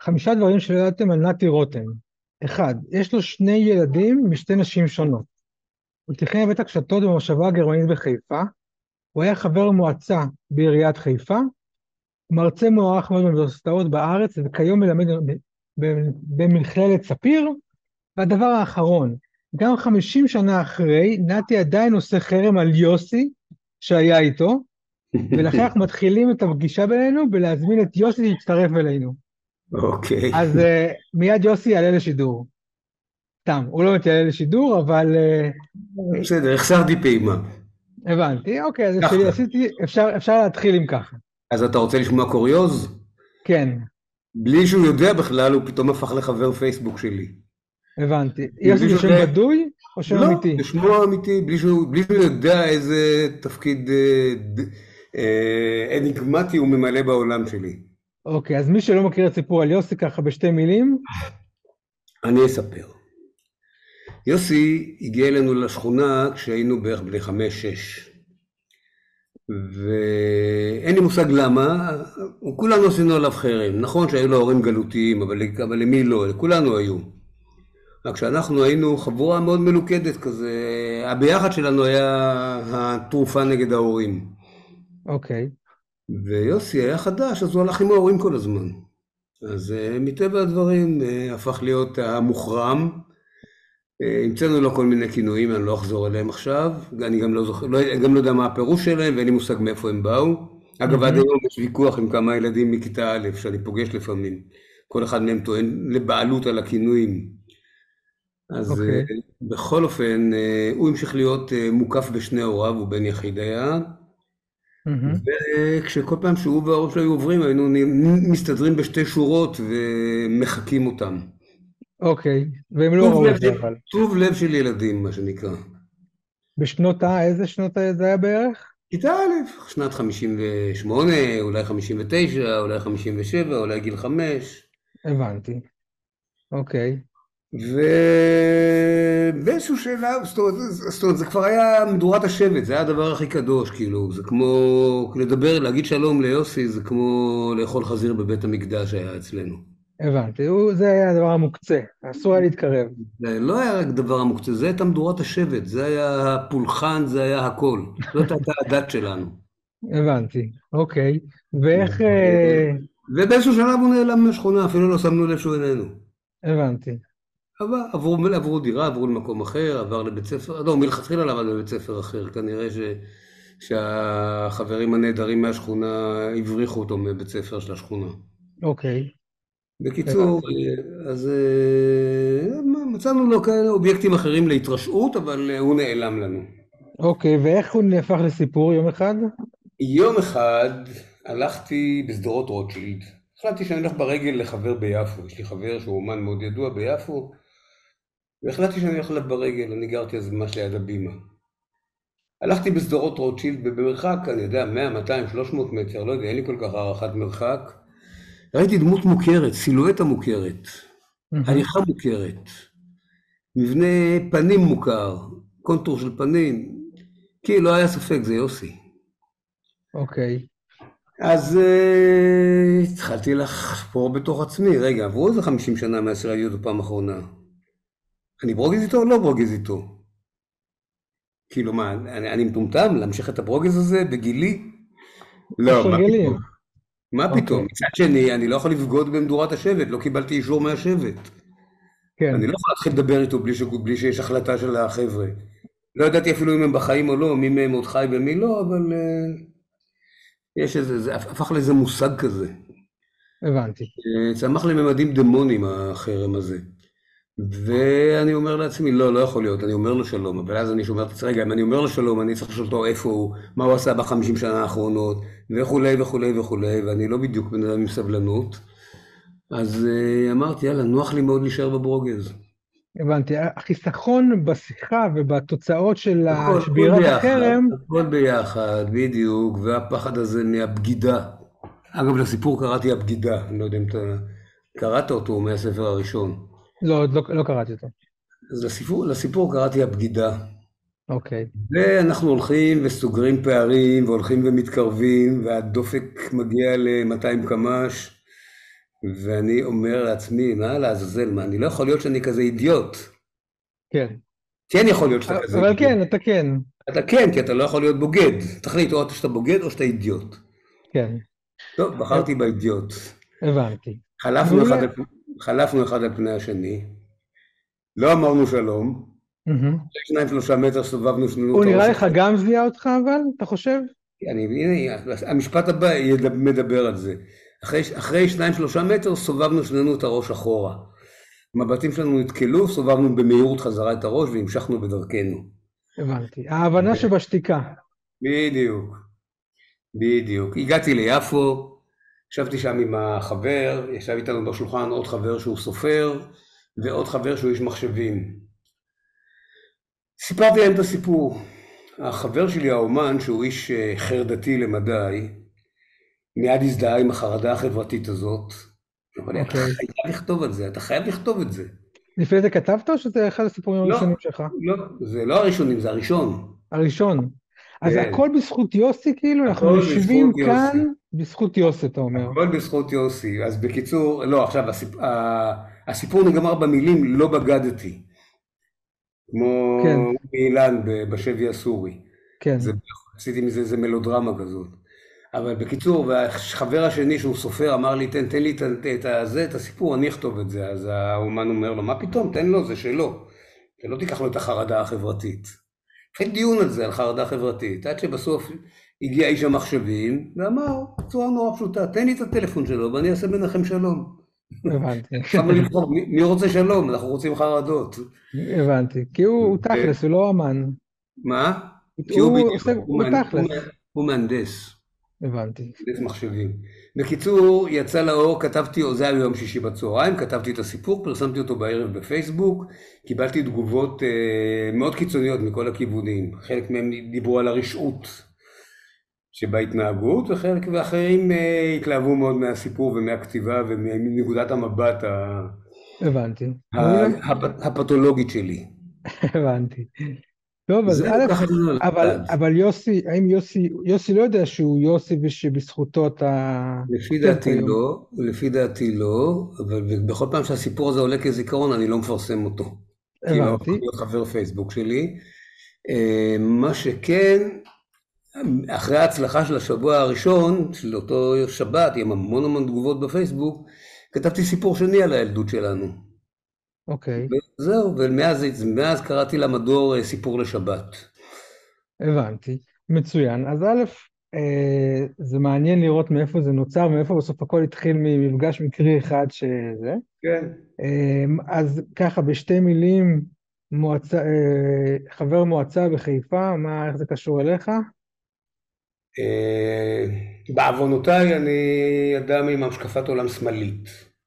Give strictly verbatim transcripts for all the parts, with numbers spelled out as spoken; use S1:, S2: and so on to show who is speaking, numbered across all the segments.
S1: חמישה דברים שלא ידעתם על נתי רותם. אחד, יש לו שני ילדים משתי נשים שונות. הוא תכנן בית הקשתות במושבה הגרמנית בחיפה. הוא היה חבר מועצה בעיריית חיפה. מרצה מוערך מאוד באוניברסיטאות בארץ, וכיום מלמד ב- ב- במכללת ספיר. והדבר האחרון, גם חמישים שנה אחרי, נתי עדיין עושה חרם על יוסי שהיה איתו, ולכן אנחנו מתחילים את הפגישה בינינו בלהזמין את יוסי להצטרף אלינו.
S2: אוקיי.
S1: אז uh, מיד יוסי יעלה לשידור. סתם, הוא לא באמת יעלה לשידור, אבל uh,
S2: בסדר, החסרתי פעימה.
S1: הבנתי. אוקיי, אז שלי
S2: ככה.
S1: עשיתי, אפשר, אפשר להתחיל עם ככה.
S2: אז אתה רוצה לשמוע קוריוז?
S1: כן,
S2: בלי שהוא יודע בכלל, הוא פתאום הפך לחבר פייסבוק שלי.
S1: הבנתי.
S2: בלי
S1: יוסי זה
S2: שהוא
S1: שם
S2: יודע...
S1: בדוי או שם
S2: לא,
S1: אמיתי?
S2: זה שמו אמיתי, בלי שהוא, בלי שהוא יודע איזה תפקיד אה, ד- אה, אניגמטי הוא ממלא בעולם שלי.
S1: אוקיי, אז מי שלא מכיר את סיפור על יוסי ככה בשתי מילים,
S2: אני אספר. יוסי הגיע אלינו לשכונה כשהיינו בערך בני חמש-שש. ואין לי מושג למה, כולנו עשינו עליו חרם. נכון שהיו לו הורים גלותיים, אבל, אבל למי לא? לכולנו היו. רק שאנחנו היינו חבורה מאוד מלוכדת כזה, הביחד שלנו היה התרופה נגד ההורים.
S1: אוקיי,
S2: ויוסי היה חדש, אז הוא הלך עם ההורים כל הזמן. אז אה, מטבע הדברים אה, הפך להיות המוחרם. אה, המצאנו לו כל מיני כינויים, אני לא אחזור אליהם עכשיו. אני גם לא זוכר, לא, גם לא יודע מה הפירוש שלהם, ואין לי מושג מאיפה הם באו. אגב, עד
S1: מהמם,
S2: היום יש ויכוח עם כמה ילדים מכיתה א', שאני פוגש לפעמים. כל אחד מהם טוען לבעלות על הכינויים. אז אה,
S1: אוקיי,
S2: בכל אופן, אה, הוא המשיך להיות אה, מוקף בשני הוריו, הוא בן יחיד היה.
S1: מהמם,
S2: וכשכל פעם שהוא וההורים שלו היו עוברים, היינו נ- מסתדרים בשתי שורות ומחקים אותם.
S1: אוקיי, והם לא
S2: טוב
S1: ראו
S2: לב,
S1: את זה אבל.
S2: טוב לב של ילדים, מה שנקרא.
S1: בשנות ה... איזה שנות ה- זה היה בערך?
S2: כיתה א', שנת חמישים ושמונה, אולי חמישים ותשע, אולי חמישים ושבע, אולי גיל חמש.
S1: הבנתי, אוקיי,
S2: ובאיזשהו שאלה, זאת אומרת, זאת אומרת, זה כבר היה מדורת השבט, זה היה הדבר הכי קדוש, כאילו, זה כמו, לדבר, להגיד שלום ליוסי, זה כמו לאכול חזיר בבית המקדש היה אצלנו.
S1: הבנתי. הוא, זה היה הדבר המוקצה, אסור היה להתקרב.
S2: זה לא היה רק דבר המוקצה, זה הייתה מדורת השבט, זה היה הפולחן, זה היה הכל. זאת הייתה הדת שלנו.
S1: הבנתי, אוקיי. ואיך... אה,
S2: ובאיזשהו שלב הוא נעלם מהשכונה, אפילו לא שמנו לב שהוא איננו.
S1: הבנתי,
S2: אבל עברו, עברו דירה, עברו למקום אחר, עבר לבית ספר, לא, מלכתחילה למד בבית ספר אחר, כנראה ש, שהחברים הנהדרים מהשכונה הבריחו אותו מבית ספר של השכונה.
S1: אוקיי,
S2: בקיצור,
S1: הבנתי.
S2: אז אה, מצאנו לו כאלה אובייקטים אחרים להתרשעות, אבל אה, הוא נעלם לנו.
S1: אוקיי, ואיך הוא נהפך לסיפור יום אחד?
S2: יום אחד הלכתי בשדרות רוטשילד, החלטתי שאני הולך ברגל לחבר ביפו, יש לי חבר שהוא אומן מאוד ידוע ביפו, והחלטתי שאני הולך אליו ברגל, אני גרתי אז ממש ליד הבימה. הלכתי בשדרות רוטשילד ובמרחק, אני יודע, מאה, מאתיים, שלוש מאות מטר, לא יודע, אין לי כל כך הערכת מרחק. ראיתי דמות מוכרת, סילואטה מוכרת,
S1: מהמם,
S2: הליכה מוכרת, מבנה פנים מוכר, קונטור של פנים, כי לא היה ספק, זה יוסי.
S1: אוקיי.
S2: אז uh, התחלתי לחפור בתוך עצמי, רגע, עברו איזה חמישים שנה מאז שראיתי אותו פעם אחרונה. אני ברוגז איתו או לא ברוגז איתו? כאילו מה, אני, אני מטומטם להמשיך את הברוגז הזה בגילי?
S1: יש
S2: לא, מה
S1: הרגלים.
S2: פתאום? מה פתאום?
S1: אוקיי,
S2: מצד שני, אני לא יכול לבגוד במדורת השבט, לא קיבלתי אישור מהשבט.
S1: כן,
S2: אני לא יכול להתחיל לדבר איתו בלי, ש... בלי שיש החלטה של החבר'ה. לא ידעתי אפילו אם הם בחיים או לא, מי מהם עוד חי ומי לא, אבל uh, יש איזה, זה הפך לאיזה מושג כזה.
S1: הבנתי.
S2: Uh, צמח לממדים דמונים החרם הזה. ואני אומר לעצמי, לא, לא יכול להיות, אני אומר לו שלום, אבל אז אני שומע את עצמי, רגע, אם אני אומר לו שלום, אני צריך לשאול אותו איפה הוא, מה הוא עשה בחמישים שנה האחרונות, וכולי וכולי וכולי, ואני לא בדיוק בן אדם עם סבלנות. אז uh, אמרתי, יאללה, נוח לי מאוד להישאר בברוגז.
S1: הבנתי. החיסכון בשיחה ובתוצאות של
S2: הכל, הכל
S1: שבירת
S2: ביחד,
S1: החרם,
S2: הכל ביחד, בדיוק, והפחד הזה מהבגידה. אגב, לסיפור קראתי הבגידה, אני לא יודע אם אתה קראת אותו מהספר הראשון.
S1: לא, עוד לא, לא קראתי אותו.
S2: אז לסיפור, לסיפור קראתי הבגידה.
S1: אוקיי,
S2: ואנחנו הולכים וסוגרים פערים, והולכים ומתקרבים, והדופק מגיע ל-מאתיים קמ"ש, ואני אומר לעצמי, מה לעזאזל, מה, אני לא יכול להיות שאני כזה אידיוט.
S1: כן.
S2: כן יכול להיות שאתה כזה
S1: אבל
S2: אידיוט.
S1: כן, אתה כן.
S2: אתה כן, כי אתה לא יכול להיות בוגד. תחליט, או שאתה בוגד או שאתה אידיוט.
S1: כן.
S2: טוב, בחרתי באידיוט.
S1: הבנתי.
S2: חלפנו אחד
S1: מעולה.
S2: על, חלפנו אחד על פני השני, לא אמרנו שלום,
S1: מהמם.
S2: שניים שלושה מטר סובבנו שנינו
S1: הוא
S2: את
S1: נראה
S2: הראש.
S1: לך גם זיהה אותך אבל, אתה חושב?
S2: אני, הנה, המשפט הבא ידבר- מדבר על זה. אחרי, אחרי שניים שלושה מטר סובבנו שנינו את הראש אחורה. מבטים שלנו נתקלו, סובבנו במהירות חזרה את הראש והמשכנו בדרכנו.
S1: הבנתי. ההבנה שבשתיקה.
S2: בדיוק, בדיוק. הגעתי ליפו, ישבתי שם עם החבר, ישב איתנו בשולחן עוד חבר שהוא סופר, ועוד חבר שהוא איש מחשבים. סיפרתי להם את הסיפור. החבר שלי האומן, שהוא איש אה, חרדתי למדי, מיד הזדהה עם החרדה החברתית הזאת. אבל אתה
S1: אוקיי.
S2: חייב לכתוב את זה, אתה חייב לכתוב את זה.
S1: לפני זה כתבת או שזה אחד הסיפורים
S2: לא,
S1: הראשונים שלך?
S2: לא, זה לא הראשונים, זה הראשון.
S1: הראשון. אז
S2: כן,
S1: הכל בזכות יוסי כאילו? אנחנו
S2: הכל
S1: יושבים
S2: בזכות יוסי.
S1: כאן בזכות יוסי, אתה אומר.
S2: הכל בזכות יוסי. אז בקיצור, לא, עכשיו הסיפ... ה- הסיפור נגמר במילים לא בגדתי. כמו
S1: כן,
S2: אילן ב- בשבי הסורי.
S1: כן.
S2: זה, עשיתי מזה איזה מלודרמה כזאת. אבל בקיצור, והחבר השני שהוא סופר אמר לי, תן, תן לי את, את, את, זה, את הסיפור, אני אכתוב את זה. אז האומן אומר לו, מה פתאום, תן לו, זה שלו. שלא תיקח לו את החרדה החברתית. התחיל דיון על זה, על חרדה חברתית, עד שבסוף הגיע איש המחשבים, ואמר, בצורה נורא פשוטה, תן לי את הטלפון שלו ואני אעשה ביניכם שלום.
S1: הבנתי.
S2: כמה לבחור, מי, מי רוצה שלום? אנחנו רוצים חרדות.
S1: הבנתי. כי הוא הוא תכלס, הוא לא אמן.
S2: מה? כי הוא
S1: הוא
S2: בדיוק,
S1: עושה,
S2: הוא,
S1: הוא
S2: מה- הוא,
S1: תכלס.
S2: מה- הוא מהנדס.
S1: הבנתי.
S2: מהנדס מחשבים. בקיצור, יצא לאור, כתבתי, זה היה ביום שישי בצהריים, כתבתי את הסיפור, פרסמתי אותו בערב בפייסבוק, קיבלתי תגובות אה, מאוד קיצוניות מכל הכיוונים. חלק מהם דיברו על הרשעות שבהתנהגות, וחלק ואחרים אה, התלהבו מאוד מהסיפור ומהכתיבה ומנקודת המבט ה-
S1: הבנתי.
S2: ה-
S1: מעולה.
S2: הפ- הפתולוגית שלי.
S1: הבנתי. טוב, אז
S2: זהו,
S1: א',
S2: ככה זה
S1: אבל,
S2: נולד.
S1: אבל יוסי, האם יוסי, יוסי לא יודע שהוא יוסי ושבזכותו אתה
S2: לפי
S1: כותב
S2: דעתי
S1: כיום?
S2: לא, לפי דעתי לא, אבל בכל פעם שהסיפור הזה עולה כזיכרון אני לא מפרסם אותו, כי לא הפך
S1: הבנתי.
S2: להיות חבר פייסבוק שלי. אה, מה שכן, אחרי ההצלחה של השבוע הראשון, של אותו שבת, עם המון המון תגובות בפייסבוק, כתבתי סיפור שני על הילדות שלנו.
S1: אוקיי.
S2: וזהו, ומאז מאז קראתי למדור אה, סיפור לשבת.
S1: הבנתי. מצוין. אז א', אה, זה מעניין לראות מאיפה זה נוצר, מאיפה בסוף הכל התחיל ממפגש מקרי אחד שזה.
S2: כן.
S1: אה, אז ככה, בשתי מילים, מועצה, אה, חבר מועצה בחיפה, מה, איך זה קשור אליך?
S2: אה, בעוונותיי אני אדם עם השקפת עולם שמאלית.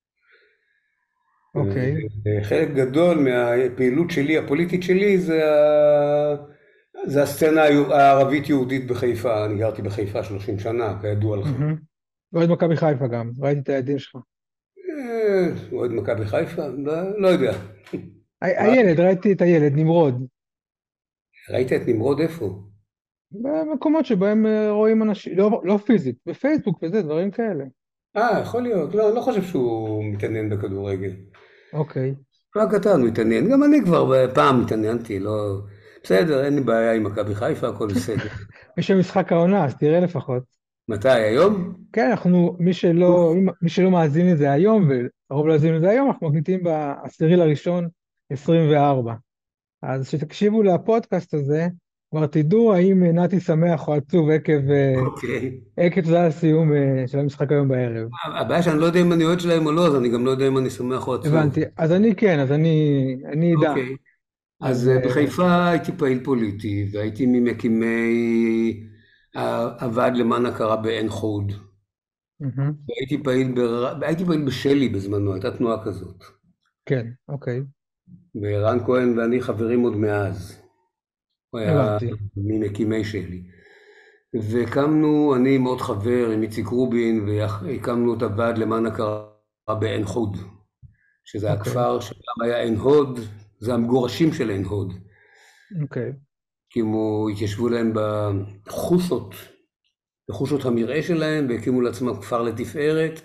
S1: אוקיי.
S2: וחלק גדול מהפעילות שלי, הפוליטית שלי, זה, ה... זה הסצנה הערבית-יהודית בחיפה. אני גרתי בחיפה שלושים שנה, כידוע לך.
S1: מהמם. אוהד מכבי חיפה גם, ראיתי את היעדים שלך.
S2: אה, אוהד מכבי חיפה? לא, לא יודע.
S1: ה-
S2: מה?
S1: הילד, ראיתי את הילד, נמרוד.
S2: ראית את נמרוד איפה?
S1: במקומות שבהם אה, רואים אנשים, לא, לא פיזית, בפייסבוק וזה, דברים כאלה.
S2: אה, יכול להיות. לא, אני לא חושב שהוא מתעניין בכדורגל.
S1: אוקיי.
S2: רק קטן הוא התעניין. גם אני כבר פעם התעניינתי, לא... בסדר, אין לי בעיה עם מכבי חיפה, הכל בסדר.
S1: יש שם משחק העונה, אז תראה לפחות.
S2: מתי? היום?
S1: כן, אנחנו, מי שלא, אם- מי שלא מאזין לזה היום, והרוב לא מאזין לזה היום, אנחנו מקליטים בעשירי לראשון עשרים וארבע. אז כשתקשיבו לפודקאסט הזה, כבר תדעו האם נתי שמח או עצוב עקב, אה,
S2: אוקיי.
S1: עקב זה הסיום אה, של המשחק היום בערב.
S2: הבעיה שאני לא יודע אם אני אוהד שלהם או לא, אז אני גם לא יודע אם אני שמח או עצוב.
S1: הבנתי. אז אני כן, אז אני, אני אדע.
S2: אוקיי. אז
S1: אז
S2: אה,
S1: אה,
S2: בחיפה הייתי פעיל פוליטי, והייתי ממקימי ה- הוועד למען הכרה בעין חוד.
S1: מהמם.
S2: והייתי פעיל, בר... הייתי פעיל בשלי בזמנו, הייתה תנועה כזאת.
S1: כן, אוקיי.
S2: ורן כהן ואני חברים עוד מאז. הוא היה
S1: הבנתי.
S2: ממקימי שלי. והקמנו, אני עם עוד חבר, עם איציק רובין, והקמנו את הוועד למען הכרה בעין חוד. שזה
S1: אוקיי.
S2: הכפר שגם היה עין הוד, זה המגורשים של עין הוד.
S1: אוקיי.
S2: הקימו, התיישבו להם בחושות, בחושות המרעה שלהם, והקימו לעצמם כפר לתפארת,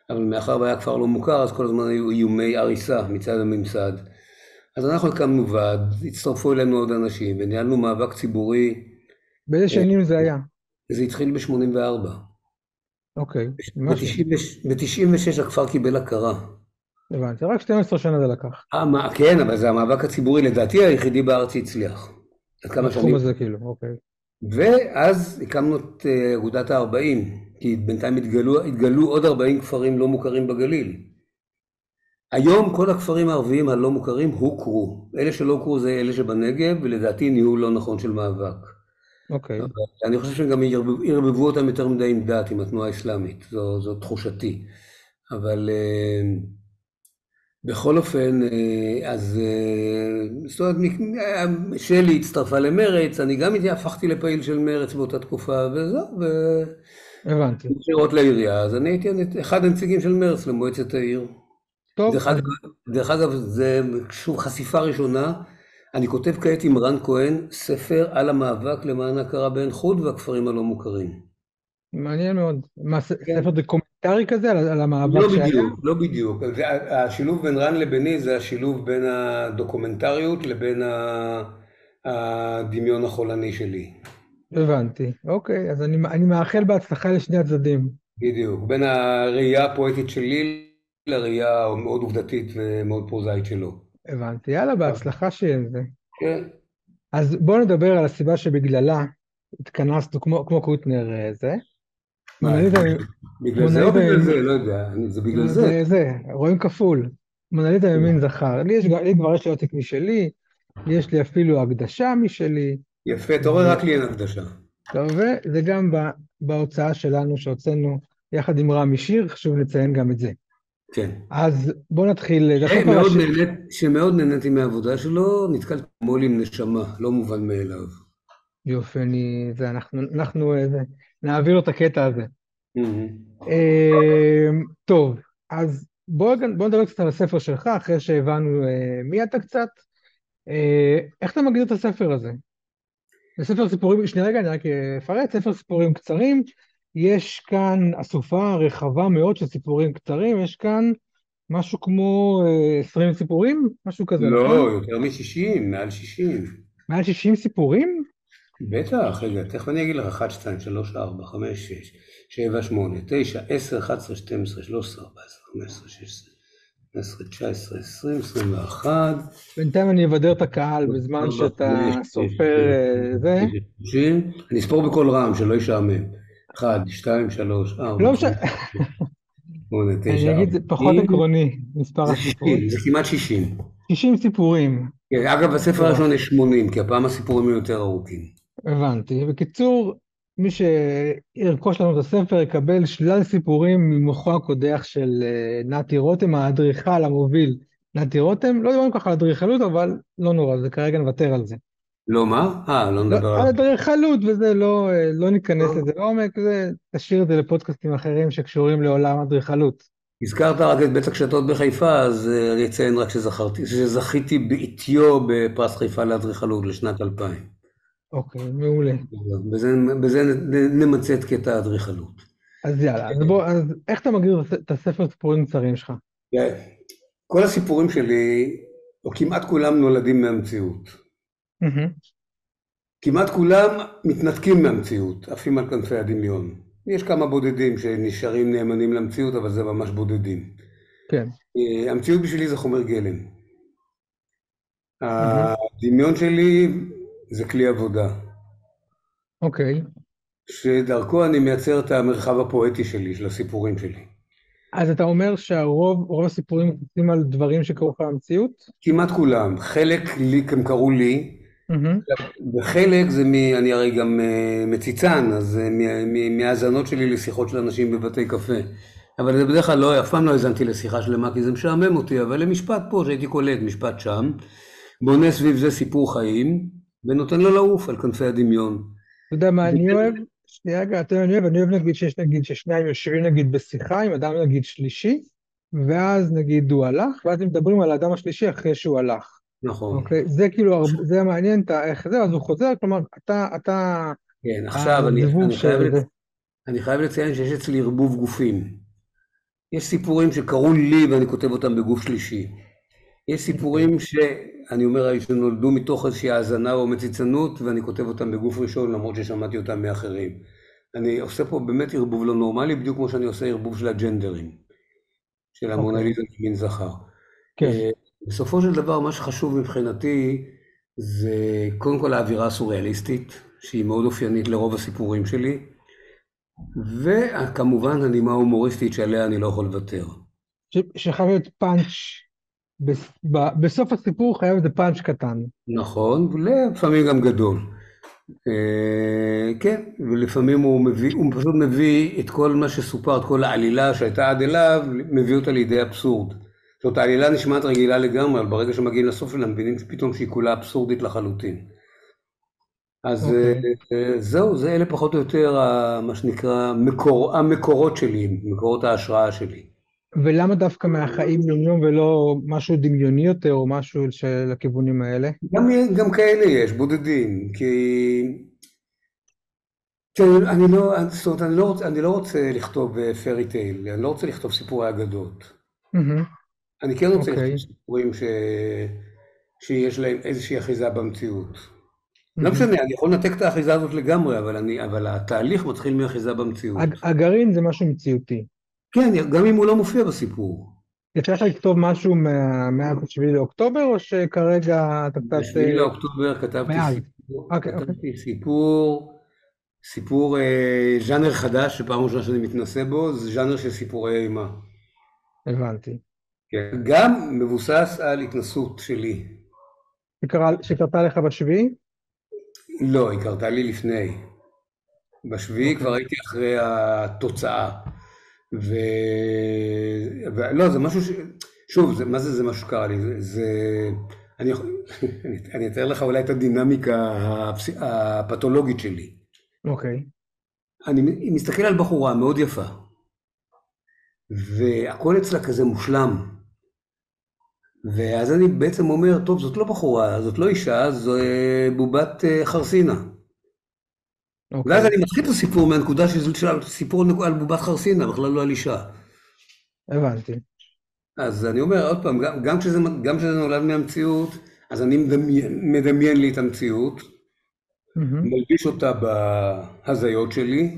S2: אבל מאחר והיה כפר לא מוכר, אז כל הזמן היו איומי הריסה מצד הממסד. אז אנחנו הקמנו ועד, הצטרפו אלינו עוד אנשים, וניהלנו מאבק ציבורי.
S1: באיזה
S2: אה,
S1: שנים זה היה?
S2: זה התחיל ב-שמונים וארבע.
S1: אוקיי, ממש לא.
S2: ב-תשעים ושש הכפר קיבל הכרה.
S1: הבנתי, רק שתים עשרה שנה זה לקח.
S2: אה, מה, כן, אבל זה המאבק הציבורי לדעתי היחידי בארץ שהצליח. עד כמה
S1: בתחום
S2: שנים.
S1: הזה כאילו, אוקיי.
S2: ואז הקמנו את אה, אגודת ה-ארבעים, כי בינתיים התגלו, התגלו עוד ארבעים כפרים לא מוכרים בגליל. היום כל הכפרים הערביים הלא מוכרים הוכרו. אלה שלא הוכרו זה אלה שבנגב, ולדעתי ניהול לא נכון של מאבק.
S1: אוקיי.
S2: אבל אני חושב שהם גם ירבבו, ירבבו אותם יותר מדי עם דת, עם התנועה האסלאמית. זו, זו תחושתי. אבל אה, בכל אופן, אה, אז אה, זאת אומרת, אה, שלי הצטרפה למרץ, אני גם הפכתי לפעיל של מרץ באותה תקופה, וזהו,
S1: הבנתי.
S2: ובחירות לעירייה, אז אני הייתי אחד הנציגים של מרץ למועצת העיר.
S1: טוב,
S2: דרך
S1: אז
S2: אגב, דרך אגב, זה שוב חשיפה ראשונה, אני כותב כעת עם רן כהן ספר על המאבק למען הכרה בעין חוד והכפרים הלא מוכרים.
S1: מעניין מאוד. מה, ס-
S2: כן.
S1: ספר דוקומנטרי כזה על, על המאבק
S2: לא
S1: שהיה?
S2: בדיוק, לא בדיוק. זה, השילוב בין רן לביני זה השילוב בין הדוקומנטריות לבין ה- הדמיון החולני שלי.
S1: הבנתי. אוקיי, אז אני, אני מאחל בהצלחה לשני הצדדים.
S2: בדיוק, בין הראייה הפואטית שלי לראייה המאוד עובדתית ומאוד פרוזאית שלו.
S1: הבנתי. יאללה, בהצלחה שיהיה זה.
S2: כן.
S1: אז בואו נדבר על הסיבה שבגללה התכנסנו כמו, כמו קוטנר אה, זה.
S2: מה,
S1: מונליזה,
S2: בגלל זה או
S1: מונליזה,
S2: בגלל זה? לא יודע, אני- זה בגלל זה.
S1: זה, זה, רואים כפול. מונליזה ממין זכר. לי, יש, לי כבר יש לי עותק משלי, יש לי אפילו הקדשה משלי.
S2: יפה, אתה רואה, רק לי אין הקדשה.
S1: טוב, וזה גם ב, בהוצאה שלנו שהוצאנו יחד עם רמי שיר, חשוב לציין גם את זה.
S2: כן.
S1: אז בואו נתחיל, זה הספר
S2: שמאוד
S1: השני.
S2: נהנית- שמאוד נהניתי מהעבודה שלו, נתקלתי מול עם נשמה, לא מובן מאליו.
S1: יופי, אני, זה, אנחנו, אנחנו אה, זה, נעביר לו את הקטע הזה.
S2: Mhm.
S1: אה, טוב, אז בואו בוא נדבר קצת על הספר שלך, אחרי שהבנו אה, מי אתה קצת. אה, איך אתה מגדיר את הספר הזה? זה ספר סיפורים, שנייה רגע, אני רק אה, אפרט, ספר סיפורים קצרים. יש כאן אסופה רחבה מאוד של סיפורים קצרים, יש כאן משהו כמו אה, עשרים סיפורים, משהו כזה,
S2: לא,
S1: נכון?
S2: יותר מ-שישים, מעל שישים.
S1: מעל שישים סיפורים?
S2: בטח, רגע, תכף אני אגיד לך, אחת, שתיים, שלוש, ארבע, חמש, שש, שבע, שמונה, תשע, עשר, אחת עשרה, שתים עשרה, שלוש עשרה, ארבע עשרה, חמש עשרה, שש עשרה, שבע עשרה, תשע עשרה, עשרים, עשרים ואחת.
S1: בינתיים אני אבדר את הקהל בזמן
S2: ארבע,
S1: שאתה
S2: חמש, שש,
S1: סופר אה, זה.
S2: שבע, שלושים. אני אספור בקול רם, שלא ישעמם. אחת, שתיים, שלוש, ארבע,
S1: לא
S2: חמש,
S1: משנה,
S2: שמונה,
S1: אני
S2: תשע,
S1: אגיד, זה פחות
S2: ארבעים.
S1: עקרוני, מספר
S2: זה
S1: הסיפורים.
S2: שישים, זה כמעט שישים.
S1: שישים סיפורים,
S2: כן, אגב, בספר
S1: מטורף.
S2: הראשון יש שמונים, כי הפעם הסיפורים הם יותר ארוכים.
S1: הבנתי. בקיצור, מי שירכוש לנו את הספר יקבל שלל סיפורים ממוחו הקודח של אה, נתי רותם, האדריכל המוביל. נתי רותם, לא דיברנו ככה על אדריכלות, אבל לא נורא, זה כרגע נוותר על זה.
S2: לא מה? אה, לא
S1: לא,
S2: נדבר
S1: על
S2: עליו.
S1: אדריכלות וזה, לא, אה, לא ניכנס לזה לעומק, זה, תשאיר את זה לפודקאסטים אחרים שקשורים לעולם האדריכלות.
S2: הזכרת רק את בית הקשתות בחיפה, אז אה, אני אציין רק שזכרתי, שזכיתי בעטיו בפרס חיפה לאדריכלות לשנת אלפיים.
S1: אוקיי, מעולה.
S2: בזה, בזה נ- נמצא את קטע האדריכלות.
S1: אז יאללה, אז בוא, אז איך אתה מגדיר את הספר סיפורים קצרים שלך?
S2: כל הסיפורים שלי, או כמעט כולם, נולדים מהמציאות.
S1: מהמם.
S2: כמעט כולם מתנתקים מהמציאות, עפים על כנפי הדמיון. יש כמה בודדים שנשארים נאמנים למציאות, אבל זה ממש בודדים.
S1: כן.
S2: אה, המציאות בשבילי זה חומר גלם.
S1: מהמם.
S2: הדמיון שלי זה כלי עבודה,
S1: אוקיי.
S2: שדרכו אני מייצר את המרחב הפואטי שלי, של הסיפורים שלי.
S1: אז אתה אומר שהרוב, רוב הסיפורים מתייחסים על דברים שקרו לך במציאות?
S2: כמעט כולם, חלק לי, הם קראו לי,
S1: מהמם.
S2: וחלק זה מ... אני הרי גם אה, מציצן, אז זה מ- מ- מהאזנות שלי לשיחות של אנשים בבתי קפה. אבל זה בדרך כלל לא, אף פעם לא האזנתי לשיחה שלמה, כי זה משעמם אותי, אבל למשפט פה, שהייתי קולט משפט שם, בונה סביב זה סיפור חיים, ונותן לו לעוף על כנפי הדמיון.
S1: אתה יודע מה אני אוהב? שנייה רגע, אתה יודע, אני אוהב, אני אוהב נגיד שיש נגיד ששניים יושבים נגיד בשיחה עם אדם נגיד שלישי, ואז נגיד הוא הלך, ואז הם מדברים על האדם השלישי אחרי שהוא הלך.
S2: נכון.
S1: אוקיי? זה כאילו, הרבה- זה מעניין את ה- איך זה, אז הוא חוזר, כלומר, אתה, אתה,
S2: כן, עכשיו אני,
S1: הזיווג
S2: אני, חייב
S1: של זה.
S2: לצ... אני חייב לציין שיש אצלי ערבוב גופים. יש סיפורים שקראו לי ואני כותב אותם בגוף שלישי. יש
S1: אוקיי.
S2: סיפורים שאני אומר שנולדו מתוך איזושהי האזנה או מציצנות ואני כותב אותם בגוף ראשון למרות ששמעתי אותם מאחרים. אני עושה פה באמת ערבוב לא נורמלי, בדיוק כמו שאני עושה ערבוב של הג'נדרים, של
S1: אוקיי.
S2: המונליזה מין זכר.
S1: כן.
S2: בסופו של דבר מה שחשוב מבחינתי זה קודם כל האווירה הסוריאליסטית, שהיא מאוד אופיינית לרוב הסיפורים שלי, וכמובן הנימה ההומוריסטית שעליה אני לא יכול לוותר.
S1: ש- שחייב להיות פאנץ', בס- ב- בסוף הסיפור חייב איזה פאנץ' קטן.
S2: נכון, ולפעמים גם גדול. אה, כן, ולפעמים הוא מביא, הוא פשוט מביא את כל מה שסופר, את כל העלילה שהייתה עד אליו, מביא אותה לידי אבסורד. זאת אומרת, העלילה נשמעת רגילה לגמרי, אבל ברגע שמגיעים לסוף שלה, מבינים שפתאום שהיא כולה אבסורדית לחלוטין. אז אה,
S1: אוקיי.
S2: אה, זהו, זה אלה פחות או יותר ה- מה שנקרא מקור, המקורות שלי, מקורות ההשראה שלי.
S1: ולמה דווקא מהחיים יום-יום ולא משהו דמיוני יותר או משהו של הכיוונים האלה?
S2: גם, גם כאלה יש, בודדים, כי כן, אני לא, זאת אומרת, אני לא רוצה, אני לא רוצה לכתוב פרי טייל, אני לא רוצה לכתוב סיפורי אגדות.
S1: מהמם.
S2: אני כן רוצה לכתוב
S1: אוקיי.
S2: סיפורים ש... שיש להם איזושהי אחיזה במציאות. לא
S1: מהמם.
S2: משנה, אני יכול לנתק את האחיזה הזאת לגמרי, אבל, אני, אבל התהליך מתחיל מאחיזה במציאות.
S1: הג- הגרעין זה משהו מציאותי.
S2: כן, גם אם הוא לא מופיע בסיפור.
S1: יצא לך לכתוב משהו מה- מאז השביעי לאוקטובר, או שכרגע אתה קצת
S2: בשביעי
S1: אה,
S2: לאוקטובר כתבתי
S1: מאז?
S2: סיפור,
S1: אוקיי, אוקיי.
S2: כתבתי סיפור, סיפור אה, ז'אנר חדש, שפעם ראשונה שאני מתנסה בו, זה ז'אנר של סיפורי אימה.
S1: הבנתי.
S2: כן. גם מבוסס על התנסות שלי.
S1: שקרה- שקרתה לך בשביעי?
S2: לא, היא קרתה לי לפני. בשביעי כבר
S1: אוקיי.
S2: הייתי אחרי התוצאה. ו... ולא, זה משהו ש... שוב, זה, מה זה זה משהו שקרה לי? זה... זה... אני, יכול- אני, אני אתאר לך אולי את הדינמיקה הפס... הפתולוגית שלי.
S1: אוקיי.
S2: אני מסתכל על בחורה מאוד יפה, והכל אצלה כזה מושלם. ואז אני בעצם אומר, טוב, זאת לא בחורה, זאת לא אישה, זו אה, בובת אה, חרסינה. ואז
S1: אוקיי.
S2: אני מתחיל את הסיפור מהנקודה שזה של סיפור על בובת חרסינה, בכלל לא על אישה.
S1: הבנתי.
S2: אז אני אומר עוד פעם, גם, גם, כשזה, גם כשזה נולד מהמציאות, אז אני מדמיין, מדמיין לי את המציאות,
S1: מהמם.
S2: מלביש אותה בהזיות שלי,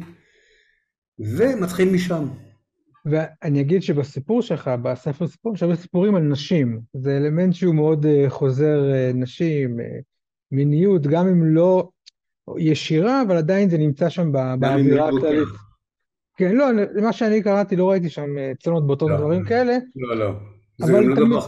S2: ומתחיל משם.
S1: ואני אגיד שבסיפור שלך, בספר סיפור, יש הרבה סיפורים על נשים. זה אלמנט שהוא מאוד אה, חוזר אה, נשים, אה, מיניות, גם אם לא ישירה, אבל עדיין זה נמצא שם ב-
S2: גם אם לא
S1: באווירה
S2: בוטה.
S1: הכללית. כן, לא, מה שאני קראתי, לא ראיתי שם אה, צלמות בוטות
S2: לא,
S1: ודברים כאלה,
S2: לא, לא. זה
S1: אבל
S2: גם לא
S1: תמיד...
S2: דבר.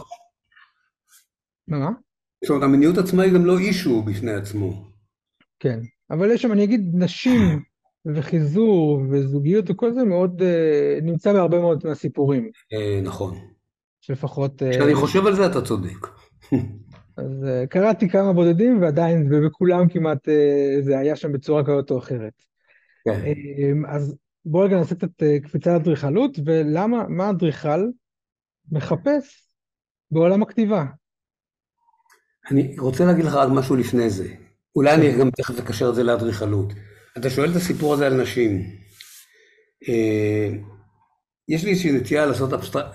S1: מה? מה?
S2: זאת אומרת, המיניות עצמה היא גם לא אישו בפני עצמו.
S1: כן, אבל יש שם, אני אגיד, נשים וחיזור וזוגיות וכל זה מאוד אה, נמצא בהרבה מאוד מהסיפורים,
S2: אה, נכון.
S1: שלפחות...
S2: כשאני
S1: אה,
S2: חושב על זה, אתה צודק.
S1: אז אה, קראתי כמה בודדים ועדיין, ובכולם כמעט אה, זה היה שם בצורה כזאת או אחרת.
S2: כן.
S1: אה, אז בואו רגע נעשה קצת אה, קפיצה לאדריכלות, ולמה, מה אדריכל מחפש בעולם הכתיבה?
S2: אני רוצה להגיד לך רק משהו לפני זה. אולי
S1: כן,
S2: אני גם תכף אקשר את זה לאדריכלות. אתה שואל את הסיפור הזה על נשים. אה, יש לי איזושהי נטייה לעשות אבסטרקט...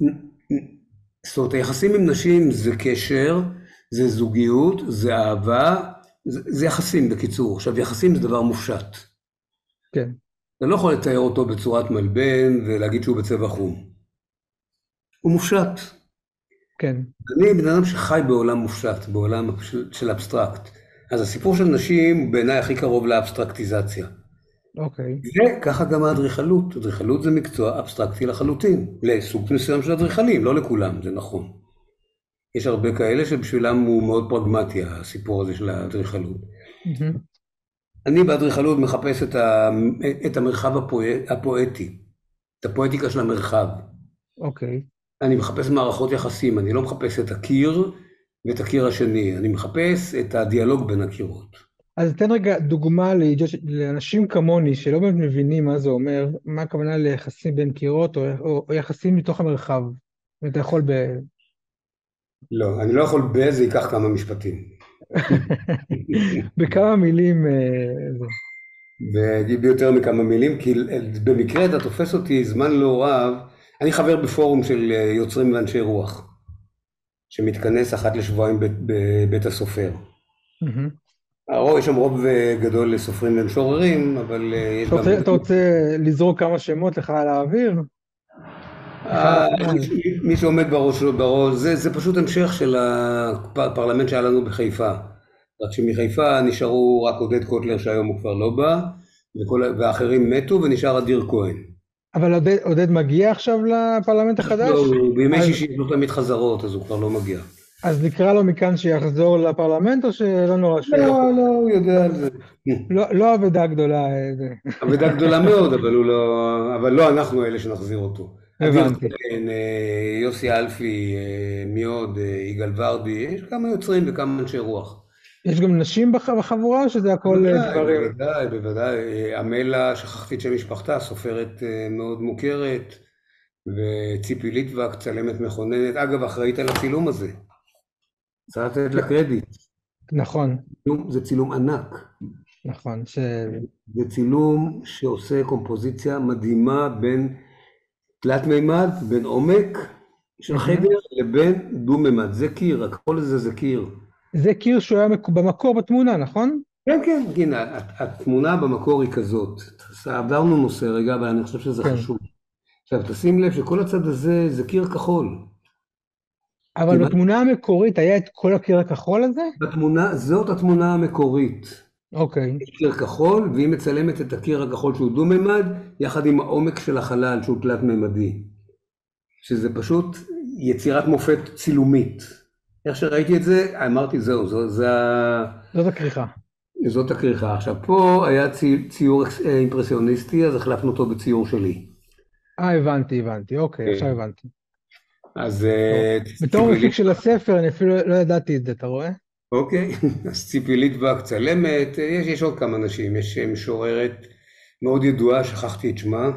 S2: זאת אומרת, היחסים עם נשים זה קשר, זה זוגיות, זה אהבה, זה, זה יחסים בקיצור. עכשיו, יחסים זה דבר מופשט.
S1: כן,
S2: אתה לא יכול לתאר אותו בצורת מלבן ולהגיד שהוא בצבע חום. הוא מופשט.
S1: כן,
S2: אני בן אדם שחי בעולם מופשט, בעולם של, של אבסטרקט. אז הסיפור של נשים הוא בעיניי הכי קרוב לאבסטרקטיזציה.
S1: אוקיי,
S2: וככה גם האדריכלות. אדריכלות זה מקצוע אבסטרקטי לחלוטין. לסוג מסוים של אדריכלים, לא לכולם, זה נכון. יש הרבה כאלה שבשבילם הוא מאוד פרגמטי, הסיפור הזה של האדריכלות.
S1: מהמם,
S2: אני באדריכלות מחפש את, ה, את המרחב הפואט, הפואטי, את הפואטיקה של המרחב.
S1: אוקיי.
S2: אני מחפש מערכות יחסים, אני לא מחפש את הקיר ואת הקיר השני, אני מחפש את הדיאלוג בין הקירות.
S1: אז תן רגע דוגמה לידיעות- לאנשים כמוני שלא באמת מבינים מה זה אומר, מה הכוונה ליחסים בין קירות או, או, או יחסים מתוך המרחב. אם אתה יכול ב...
S2: לא, אני לא יכול ב, זה ייקח כמה משפטים.
S1: בכמה מילים. אה, זה.
S2: ואגיד ביותר מכמה מילים, כי במקרה אתה תופס אותי זמן לא רב, אני חבר בפורום של יוצרים ואנשי רוח, שמתכנס אחת לשבועיים בבית, בבית הסופר.
S1: מהמם.
S2: הרוב, יש שם רוב גדול לסופרים ומשוררים, אבל יש
S1: אתה
S2: גם...
S1: רוצה, אתה רוצה לזרוק כמה שמות לך על האוויר? אחד
S2: אה,
S1: אחד.
S2: מי מי שעומד בראש, בראש זה, זה פשוט המשך של הפרלמנט שהיה לנו בחיפה. רק שמחיפה נשארו רק עודד קוטלר שהיום הוא כבר לא בא, וכל, והאחרים מתו ונשאר אדיר כהן.
S1: אבל עודד, עודד מגיע עכשיו לפרלמנט החדש?
S2: לא, בימי
S1: אז,
S2: שישי יש לו תמיד חזרות, אז הוא כבר לא מגיע.
S1: אז נקרא לו מכאן שיחזור לפרלמנט, או שלא נורא שהוא
S2: לא,
S1: לא...
S2: לא, הוא יודע על זה.
S1: לא, לא אבדה גדולה. אה, זה.
S2: אבדה גדולה מאוד, אבל הוא לא, אבל לא אנחנו אלה שנחזיר אותו. אדיר
S1: הבנתי.
S2: כהן, אה, יוסי אלפי, אה, מי עוד, אה, יגאל ורדי, יש כמה יוצרים וכמה אנשי רוח.
S1: יש גם נשים בח- בחבורה, או שזה הכל אה,
S2: בוודאי,
S1: גברים?
S2: בוודאי, בוודאי. אה, עמלה, שכחתי את שם משפחתה, סופרת אה, מאוד מוכרת, וציפי ליטבק, צלמת מכוננת, אגב, אחראית על הצילום הזה. צריך לתת לה קרדיט.
S1: נכון,
S2: צילום- זה צילום ענק.
S1: נכון. ש...
S2: זה צילום שעושה קומפוזיציה מדהימה בין תלת מימד, בין עומק של
S1: מהמם.
S2: חדר לבין דו מימד. זה קיר, הכל הזה זה קיר.
S1: זה קיר שהוא היה מק- במקור בתמונה, נכון?
S2: כן, כן, הנה, הת- התמונה במקור היא כזאת. עברנו נושא רגע, אבל אני חושב שזה
S1: כן.
S2: חשוב. עכשיו, תשים לב שכל הצד הזה זה קיר כחול.
S1: אבל
S2: כמעט
S1: בתמונה המקורית היה את כל הקיר הכחול הזה?
S2: בתמונה, זאת התמונה המקורית.
S1: אוקיי,
S2: יש קיר כחול, והיא מצלמת את הקיר הכחול שהוא דו מימד, יחד עם העומק של החלל שהוא תלת מימדי. שזה פשוט יצירת מופת צילומית. איך שראיתי את זה, אמרתי זהו, זו, זה, ה-
S1: זאת הכריכה.
S2: זאת הכריכה. עכשיו, פה היה צי, ציור אקס- אה, אימפרסיוניסטי, אז החלפנו אותו בציור שלי.
S1: אה, הבנתי, הבנתי. אוקיי,
S2: כן.
S1: עכשיו הבנתי.
S2: אז
S1: טוב.
S2: אה,
S1: בתור
S2: ציפי
S1: מפיק
S2: ליט-
S1: של הספר, אני אפילו לא ידעתי את זה, אתה רואה?
S2: אוקיי, אז ציפי ליטבק צלמת, אה, יש, יש עוד כמה אנשים, יש אה, משוררת מאוד ידועה, שכחתי את שמה.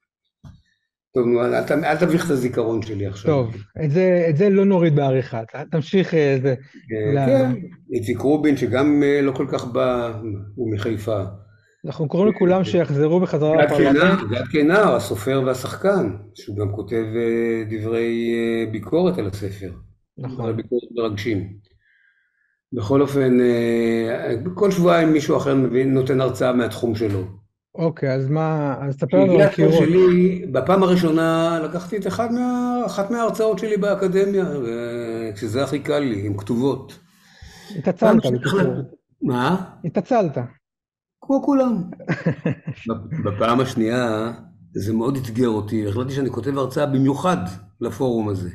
S2: טוב, נו, אל, ת- אל תביך את הזיכרון שלי עכשיו.
S1: טוב, את זה, את זה לא נוריד בעריכה. ת- תמשיך אה, זה.
S2: אה,
S1: ל-
S2: כן, איציק רובין, שגם אה, לא כל כך בא, הוא מחיפה.
S1: אנחנו קוראים לכולם שיחזרו בחזרה
S2: גד קינר,
S1: לפרלמנט.
S2: גד קינר, הסופר והשחקן, שהוא גם כותב אה, דברי אה, ביקורת על הספר, דברי
S1: נכון.
S2: ביקורת מרגשים. בכל אופן, אה, כל שבועיים מישהו אחר מבין, נותן הרצאה מהתחום שלו.
S1: אוקיי, אז מה, אז תספר לנו על
S2: כשהגיע התור
S1: קירות.
S2: שלי, בפעם הראשונה לקחתי את אחד מה, אחת מההרצאות שלי באקדמיה, אה, כשזה הכי קל לי, עם כתובות. פעם
S1: התעצלת,
S2: שנייה
S1: בקיצור.
S2: החלטתי- מה?
S1: התעצלת.
S2: כמו כולם. בפעם השנייה זה מאוד אתגר אותי, החלטתי שאני כותב הרצאה במיוחד לפורום הזה.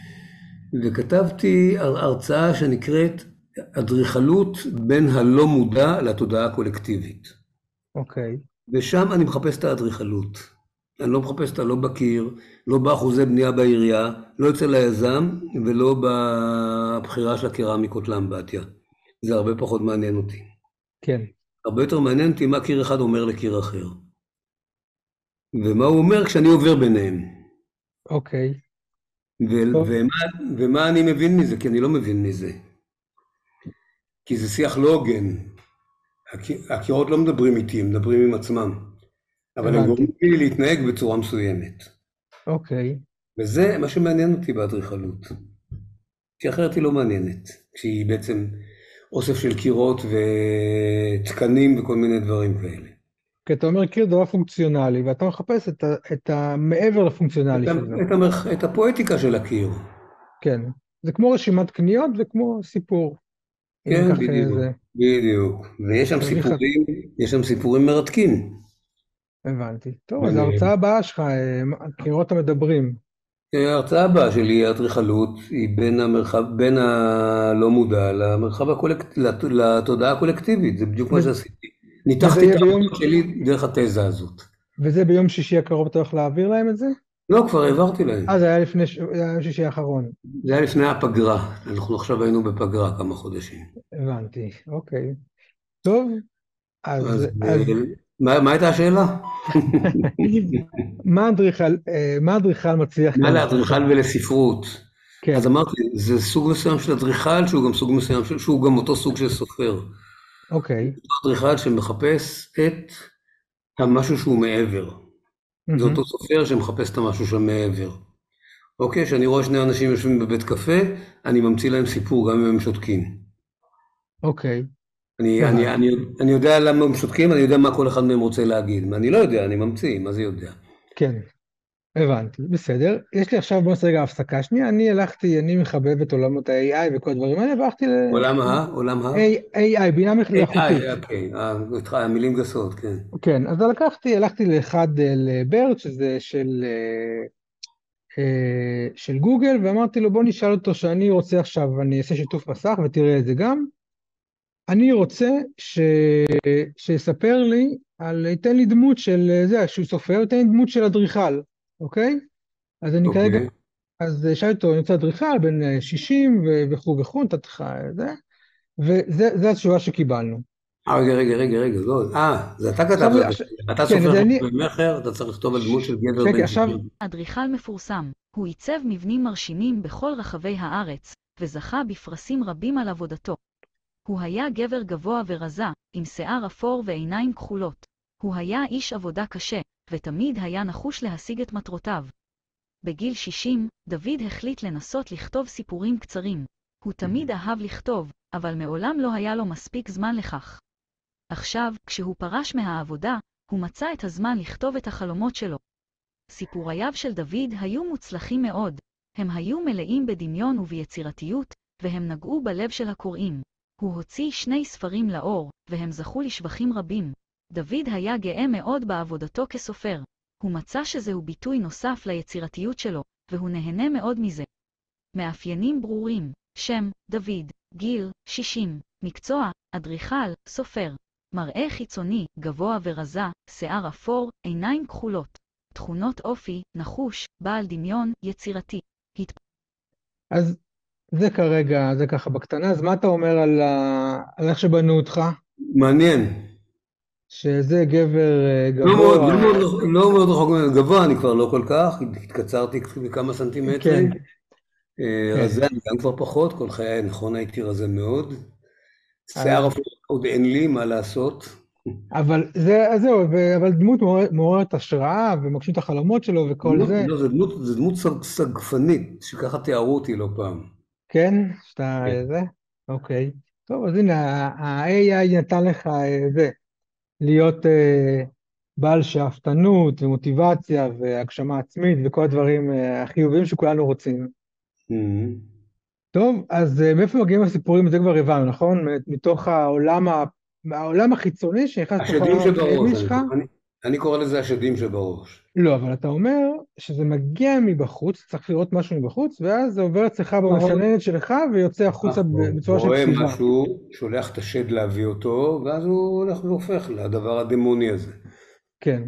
S2: וכתבתי הר- הרצאה שנקראת אדריכלות בין הלא מודע לתודעה הקולקטיבית.
S1: אוקיי,
S2: ושם אני מחפש את האדריכלות. אני לא מחפש אותה לא בקיר, לא באחוזי בנייה בעירייה, לא אצל היזם ולא בבחירה של הקרמיקות לאמבטיה. זה הרבה פחות מעניין אותי.
S1: כן.
S2: הרבה יותר מעניין אותי מה קיר אחד אומר לקיר אחר. ומה הוא אומר כשאני עובר ביניהם.
S1: אוקיי.
S2: ו-
S1: טוב.
S2: ומה, ומה אני מבין מזה? כי אני לא מבין מזה. כי זה שיח לא הוגן. הקי- הקירות לא מדברים איתי, הם מדברים עם עצמם. אבל הם
S1: הבנתי.
S2: גורמים לי להתנהג בצורה מסוימת.
S1: אוקיי.
S2: וזה מה שמעניין אותי באדריכלות. כי אחרת היא לא מעניינת. כשהיא בעצם אוסף של קירות ותקנים וכל מיני דברים כאלה.
S1: כי אתה אומר קיר דבר פונקציונלי, ואתה מחפש את ה- את המעבר לפונקציונלי
S2: את,
S1: של זה.
S2: ה- את, המרח, את הפואטיקה של הקיר.
S1: כן. זה כמו רשימת קניות וכמו סיפור. אם
S2: כן,
S1: ניקח
S2: בדיוק.
S1: איזה...
S2: בדיוק. ויש שם
S1: תביא לך-
S2: סיפורים, יש שם סיפורים מרתקים.
S1: הבנתי. טוב, אז
S2: ו-
S1: ההרצאה הבאה שלך, אה, קירות המדברים.
S2: ההרצאה הבאה שלי, האדריכלות, היא בין המרחב, בין הלא מודע למרחב הקולקט... לת- לתודעה הקולקטיבית, זה בדיוק מה
S1: ו-
S2: שעשיתי. ניתחתי
S1: יהיה
S2: את
S1: ביום-
S2: העבודה שלי דרך התזה הזאת.
S1: וזה ביום שישי הקרוב אתה הולך להעביר להם את זה?
S2: לא, כבר העברתי להם.
S1: אה, זה היה לפני, ש- זה היה יום שישי האחרון.
S2: זה היה לפני הפגרה, אנחנו עכשיו היינו בפגרה כמה חודשים.
S1: הבנתי, אוקיי. טוב, אז,
S2: אז
S1: אז
S2: אה, מה, מה הייתה השאלה?
S1: מה אדריכל, אה, מה אדריכל מצליח
S2: מה
S1: כאן?
S2: לאדריכל ולספרות?
S1: כן,
S2: אז אמרתי, זה סוג מסוים של אדריכל, שהוא גם סוג מסוים, של- שהוא גם אותו סוג של סופר.
S1: אוקיי,
S2: אדריכל שמחפש את המשהו שהוא מעבר. זה
S1: מהמם.
S2: אותו סופר שמחפש את המשהו שם מעבר. אוקיי, כשאני רואה שני אנשים יושבים בבית קפה, אני ממציא להם סיפור גם אם הם שותקים.
S1: אוקיי,
S2: אני, אני,
S1: הבנתי.
S2: אני, אני יודע למה הם שותקים, אני יודע מה כל אחד מהם רוצה להגיד. אני לא יודע, אני ממציא, מה זה יודע?
S1: כן, הבנתי, בסדר. יש לי עכשיו, בוא נעשה רגע הפסקה שנייה. אני הלכתי, אני מחבב את עולמות ה-איי איי וכל הדברים האלה, והלכתי
S2: עולם ה? עולם ה?
S1: ל-איי איי, בינה מלאכותית.
S2: איי איי, אוקיי, אה, איתך, המילים גסות, כן.
S1: כן, אז לקחתי, הלכתי לאחד, אה, לברט, שזה של, אה, אה, של גוגל, ואמרתי לו, בוא נשאל אותו שאני רוצה עכשיו, אני אעשה שיתוף מסך ותראה את זה גם. אני רוצה ש... שיספר לי, על... ייתן לי דמות של אה, זה, שהוא סופר, ייתן לי דמות של אדריכל, אוקיי? אז אני כרגע,
S2: אוקיי.
S1: אז שאלתי אותו, אני רוצה אדריכל בין אה, שישים ו- וכו' וכו', נתתי לך את זה, וזה התשובה שקיבלנו.
S2: אה, רגע, רגע, רגע, רגע, לא, אה, זה אתה
S1: עכשיו,
S2: כתבת,
S1: עכשיו
S2: אתה
S1: כן, אז
S2: סופר
S1: אני,
S2: חתום במכר, אתה צריך לכתוב על דמות של גבר
S1: שקט,
S2: בן
S1: עכשיו,
S2: שישים.
S3: אדריכל מפורסם, הוא עיצב מבנים מרשימים בכל רחבי הארץ, וזכה בפרסים רבים על עבודתו. הוא היה גבר גבוה ורזה, עם שיער אפור ועיניים כחולות. הוא היה איש עבודה קשה, ותמיד היה נחוש להשיג את מטרותיו. בגיל שישים, דוד החליט לנסות לכתוב סיפורים קצרים. הוא תמיד אהב לכתוב, אבל מעולם לא היה לו מספיק זמן לכך. עכשיו, כשהוא פרש מהעבודה, הוא מצא את הזמן לכתוב את החלומות שלו. סיפורייו של דוד היו מוצלחים מאוד. הם היו מלאים בדמיון וביצירתיות, והם נגעו בלב של הקוראים. הוא הוציא שני ספרים לאור, והם זכו לשבחים רבים. דוד היה גאה מאוד בעבודתו כסופר. הוא מצא שזהו ביטוי נוסף ליצירתיות שלו, והוא נהנה מאוד מזה. מאפיינים ברורים: שם, דוד, גיל, שישים, מקצוע, אדריכל, סופר. מראה חיצוני, גבוה ורזה, שיער אפור, עיניים כחולות. תכונות אופי, נחוש, בעל דמיון, יצירתי. הת...
S1: אז זה כרגע, זה ככה בקטנה, אז מה אתה אומר על, ה... על איך שבנו אותך?
S2: מעניין.
S1: שזה גבר אה,
S2: לא מאוד, לא
S1: גבוה,
S2: מאוד, רחוק- לא מאוד רחוק ממנו, גבוה אני כבר לא כל כך, התקצרתי בכמה
S1: כן,
S2: סנטימטרים. אה,
S1: כן,
S2: רזה אני גם כבר פחות, כל חיי נכון הייתי רזה מאוד. שיער
S1: אז,
S2: אפילו עוד אין לי, מה לעשות?
S1: אבל זה, אז זהו, ו- אבל דמות מעוררת מעוררת השראה ומגשים את החלומות שלו וכל
S2: דמות,
S1: זה,
S2: לא, זה דמות, זה דמות סג- סגפנית, שככה תיארו אותי לא פעם.
S1: כן, שאתה,
S2: כן.
S1: זה, אוקיי. טוב, אז הנה, ה-איי איי נתן לך אה, זה, להיות אה, בעל שאפתנות ומוטיבציה והגשמה עצמית וכל הדברים אה, החיוביים שכולנו רוצים.
S2: Mhm.
S1: טוב, אז אה, מאיפה מגיעים הסיפורים? זה כבר הבנו, נכון? מתוך העולם, ה... העולם החיצוני שנכנס לתוך
S2: השדים
S1: העולם
S2: שבראש,
S1: הפנימי
S2: אני,
S1: שלך?
S2: אני, אני קורא לזה השדים שבראש.
S1: לא, אבל אתה אומר שזה מגיע מבחוץ, צריך לראות משהו מבחוץ, ואז זה עובר אצלך
S2: נכון.
S1: במסננת שלך ויוצא החוצה ב-
S2: נכון.
S1: בצורה
S2: הוא
S1: של
S2: רואה
S1: כתיבה.
S2: משהו, שולח את השד להביא אותו, ואז הוא הולך והופך לדבר הדמוני הזה.
S1: כן.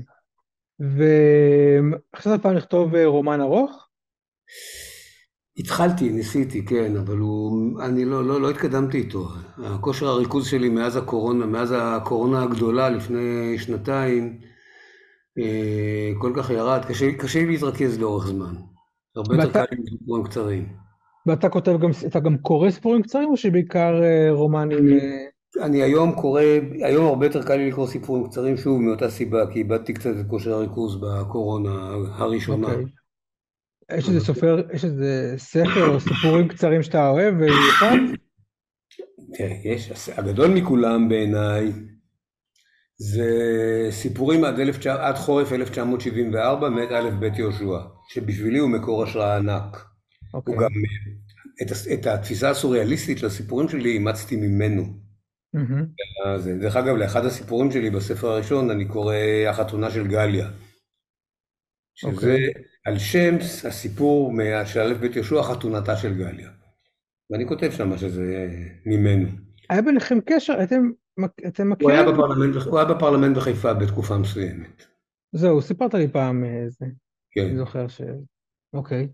S1: ועכשיו פעם לכתוב אה, רומן ארוך?
S2: התחלתי, ניסיתי, כן, אבל הוא, אני לא, לא, לא התקדמתי איתו. הכושר הריכוז שלי מאז הקורונה, מאז הקורונה הגדולה לפני שנתיים, אה, כל כך ירד, קשה, קשה לי להתרכז לאורך זמן. הרבה יותר
S1: ואתה,
S2: קל לי עם סיפורים קצרים.
S1: ואתה כותב גם, אתה גם קורא סיפורים קצרים או שבעיקר אה, רומנים?
S2: אני,
S1: אה,
S2: אני היום קורא, היום הרבה יותר קל לי לקרוא סיפורים קצרים, שוב, מאותה סיבה, כי איבדתי קצת את כושר הריכוז בקורונה הראשונה.
S1: אוקיי. יש איזה
S2: אבל
S1: סופר, יש איזה ספר או סיפורים קצרים שאתה אוהב במיוחד?
S2: תראה, יש, הגדול מכולם בעיניי, זה סיפורים עד, אלף, עד חורף אלף תשע מאות שבעים וארבע, מאת א' ב' יהושע, שבשבילי הוא מקור השראה ענק. הוא גם,
S1: אוקיי.
S2: את, את התפיסה הסוריאליסטית לסיפורים שלי אימצתי ממנו.
S1: מהמם.
S2: אז, דרך אגב, לאחד הסיפורים שלי בספר הראשון אני קורא החתונה של גליה, שזה
S1: אוקיי.
S2: על שם הסיפור מה- של א' ב' יהושע, חתונתה של גליה. ואני כותב שם שזה ממנו.
S1: היה ביניכם קשר? הייתם, מכ- אתם
S2: הוא היה
S1: מכירים?
S2: בפרלמנט, הוא היה בפרלמנט בחיפה בתקופה מסוימת.
S1: זהו, סיפרת לי פעם איזה, אני
S2: כן.
S1: זוכר ש... אוקיי.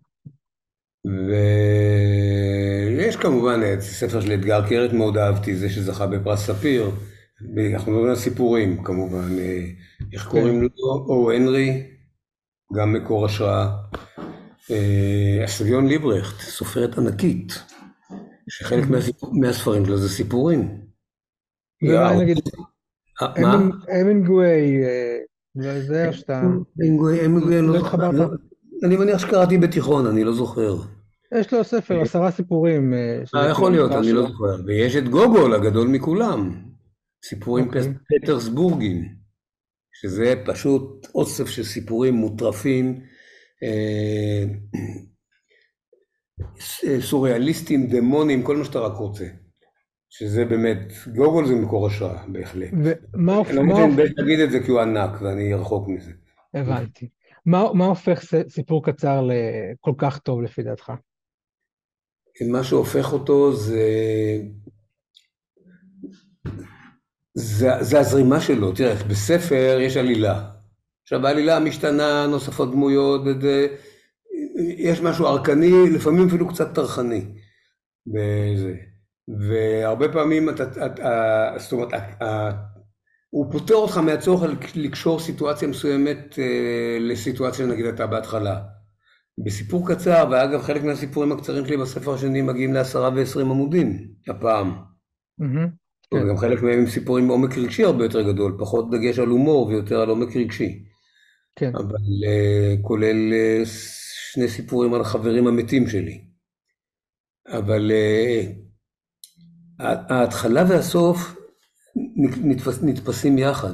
S2: ויש כמובן את ספר של אתגר קרת, מאוד אהבתי, זה שזכה בפרס ספיר. אנחנו מדברים על סיפורים כמובן. איך
S1: כן.
S2: קוראים לו? או הנרי, גם מקור השראה. אסתריון ליברכט, סופרת ענקית, שחלק
S1: מהמם.
S2: מהסיפור, מהספרים שלו זה סיפורים.
S1: ומה
S2: יאו.
S1: נגיד,
S2: מה?
S1: המינגווי, זה זה או שאתה
S2: המינגווי,
S1: לא התחברת?
S2: אני מניח שקראתי בתיכון, אני לא זוכר.
S1: יש לו ספר, עשרה סיפורים, אה, שזה
S2: אה,
S1: כאילו
S2: יכול להיות,
S1: המחקר
S2: אני לא
S1: שלו.
S2: זוכר. ויש את גוגול, הגדול מכולם. סיפורים פס-
S1: אוקיי.
S2: פטרסבורגים, שזה פשוט אוסף של סיפורים מוטרפים, אה, ס- סוריאליסטים, דמונים, כל מה שאתה רק רוצה. שזה באמת, גוגול זה מקור השראה, בהחלט.
S1: ומה הופ-
S2: למרות
S1: מה
S2: שאני
S1: הופ-
S2: מתבייש להגיד את זה כי הוא ענק, ואני רחוק מזה.
S1: הבנתי. מה מה הופך ס- סיפור קצר לכל כך טוב לפי דעתך?
S2: מה שהופך אותו זה, זה, זה הזרימה שלו. תראה, בספר יש עלילה. עכשיו העלילה משתנה, נוספות דמויות, וזה, יש משהו ארכני, לפעמים אפילו קצת טרחני. בזה. והרבה פעמים אתה, אתה, זאת אומרת, הוא פותר אותך מהצורך לקשור סיטואציה מסוימת אה, לסיטואציה נגיד אתה בהתחלה. בסיפור קצר, ואגב חלק מהסיפורים הקצרים שלי בספר השני מגיעים לעשרה ועשרים עמודים הפעם.
S1: מהמם. כן.
S2: גם חלק מהם עם סיפורים בעומק רגשי הרבה יותר גדול, פחות דגש על הומור ויותר על עומק רגשי.
S1: כן.
S2: אבל uh, כולל uh, שני סיפורים על החברים המתים שלי. אבל uh, ההתחלה והסוף נתפס, נתפסים יחד.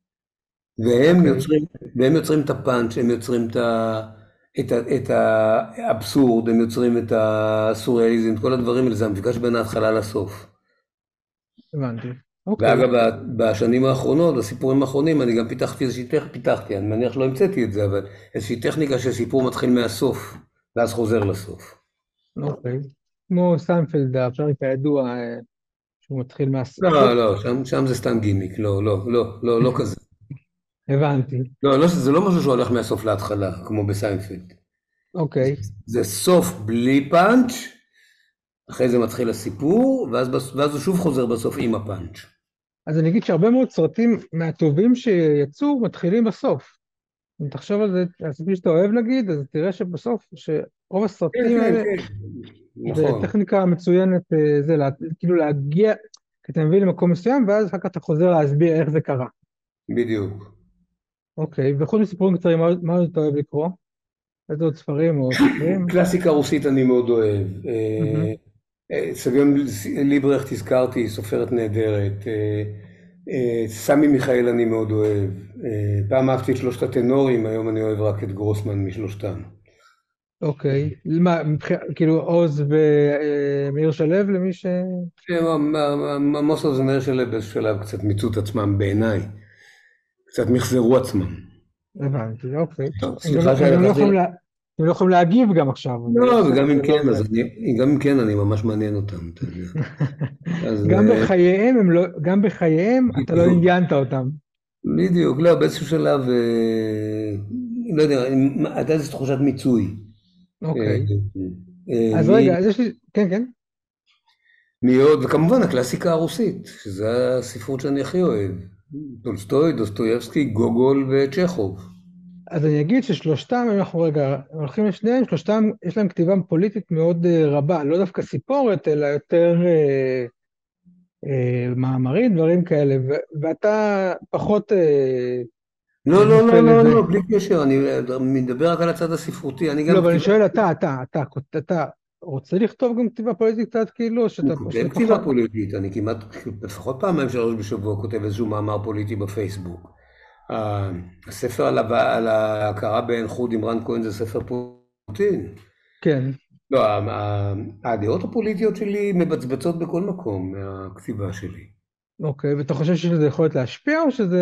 S2: והם,
S1: אוקיי.
S2: יוצרים, והם יוצרים את הפאנץ', הם יוצרים את, ה, את, ה, את האבסורד, הם יוצרים את הסוריאליזם, את כל הדברים האלה, זה המפגש בין ההתחלה לסוף.
S1: הבנתי. אוקיי.
S2: ואגב, בשנים האחרונות, בסיפורים האחרונים, אני גם פיתחתי איזושהי טכניקה, פיתחתי, אני מניח שלא המצאתי את זה, אבל איזושהי טכניקה שסיפור מתחיל מהסוף, ואז חוזר לסוף.
S1: אוקיי. כמו סיינפלד, הפרק הידוע, אה, שהוא מתחיל מהסוף.
S2: לא, לא, שם, שם זה סתם גימיק, לא, לא, לא, לא, לא כזה.
S1: הבנתי.
S2: לא, לא, זה לא משהו שהולך מהסוף להתחלה, כמו בסיינפלד.
S1: אוקיי.
S2: זה סוף בלי פאנץ', אחרי זה מתחיל הסיפור, ואז, ואז הוא שוב חוזר בסוף עם הפאנץ'.
S1: אז אני אגיד שהרבה מאוד סרטים מהטובים שיצאו מתחילים בסוף. אם תחשוב על זה, הסרטים שאתה אוהב נגיד, אז תראה שבסוף, שרוב
S2: כן,
S1: הסרטים
S2: כן,
S1: האלה,
S2: כן,
S1: זה
S2: נכון.
S1: טכניקה מצוינת, אה, זה, לה- כאילו להגיע, כי אתה מביא למקום מסוים, ואז אחר כך אתה חוזר להסביר איך זה קרה.
S2: בדיוק.
S1: אוקיי, וחוץ מסיפורים קצרים, מה מה עוד אתה אוהב לקרוא? איזה עוד ספרים או סופרים?
S2: קלאסיקה רוסית אני מאוד אוהב.
S1: מהמם.
S2: אה, אה, סביון ליברכט הזכרתי, סופרת נהדרת. אה, אה, סמי מיכאל אני מאוד אוהב. אה, פעם אהבתי את שלושת הטנורים, היום אני אוהב רק את גרוסמן משלושתם.
S1: אוקיי, מה, מבחינת, כאילו עוז ומאיר שלו למי ש...
S2: עמוס עוז ומאיר שלו באיזשהו שלב קצת מיצו את עצמם בעיניי. קצת מחזרו עצמם.
S1: הבנתי, אוקיי.
S2: טוב,
S1: הם גם
S2: סליחה
S1: הם גם לא
S2: שלקחתי...
S1: יכולים לה- הם לא יכולים להגיב גם עכשיו. אבל
S2: לא,
S1: בסדר,
S2: וגם אם
S1: זה לא
S2: כן,
S1: זה.
S2: אז אני, גם אם כן, אני ממש מעניין אותם, אתה יודע. אז
S1: גם
S2: אה,
S1: בחייהם, הם לא, גם בחייהם אתה לא
S2: בדיוק,
S1: עניינת אותם.
S2: בדיוק, לא, באיזשהו שלב, אה, לא יודע, הייתה איזו תחושת מיצוי. אה,
S1: אוקיי.
S2: אה,
S1: אז רגע,
S2: מי
S1: אז יש לי, כן, כן.
S2: מי עוד, וכמובן הקלאסיקה הרוסית, שזה הספרות שאני הכי אוהב. טולסטוי, דוסטויבסקי, גוגול וצ'כוב.
S1: אז אני אגיד ששלושתם, אם אנחנו רגע הולכים לשניהם, שלושתם יש להם כתיבה פוליטית מאוד אה, רבה, לא דווקא סיפורת, אלא יותר אה, אה, מאמרים, דברים כאלה, ו- ואתה פחות אה,
S2: לא,
S1: אה,
S2: לא,
S1: נוטה
S2: לא, לא,
S1: לזה.
S2: לא, בלי קשר, אני מדבר רק על הצד הספרותי, אני
S1: לא,
S2: גם
S1: אבל אני
S2: כתיבה,
S1: שואל, אתה, אתה, אתה, אתה רוצה לכתוב גם כתיבה פוליטית קצת כאילו, או
S2: אני
S1: שאתה, או
S2: כותב
S1: שאתה
S2: כתיבה
S1: פחות?
S2: פוליטית, אני כמעט, לפחות פעמיים שלוש בשבוע כותב איזשהו מאמר פוליטי בפייסבוק. ה- הספר על הב- על ההכרה בעין חוד עם רן כהן זה ספר פוליטי.
S1: כן,
S2: לא, ה- ה- הדעות הפוליטיות שלי מבצבצות בכל מקום מהכתיבה שלי.
S1: אוקיי, ואתה חושב שזה יכולת להשפיע, או שזה...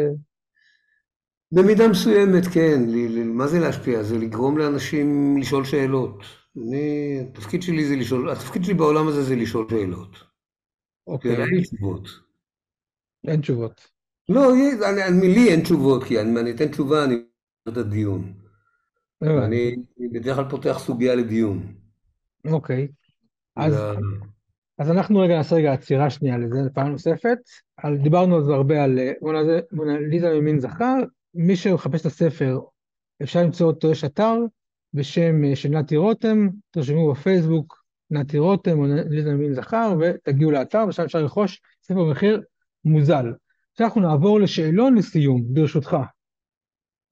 S2: במידה מסוימת, כן. ל- ל- מה זה להשפיע? זה לגרום לאנשים לשאול שאלות. אני, התפקיד שלי זה לשאול, התפקיד שלי בעולם הזה זה לשאול שאלות. זה
S1: אוקיי,
S2: אין תשובות.
S1: אין תשובות.
S2: לא, אני, אני, לי אין תשובות, כי אני, אני אתן תשובה, אני אתן את הדיון.
S1: הבנתי,
S2: ואני בדרך כלל פותח סוגיה לדיון.
S1: אוקיי. אז,
S2: זה,
S1: אז אנחנו רגע נעשה רגע עצירה שנייה לזה, פעם נוספת. על, דיברנו על זה הרבה, על אה, מונה- מונליזה ממין זכר. מי שמחפש את הספר, אפשר למצוא אותו, יש אתר בשם אה, של נתי רותם, תרשמו בפייסבוק נתי רותם, מונליזה ממין זכר, ותגיעו לאתר, ושם אפשר לרכוש ספר במחיר מוזל. עכשיו אנחנו נעבור לשאלון לסיום, ברשותך.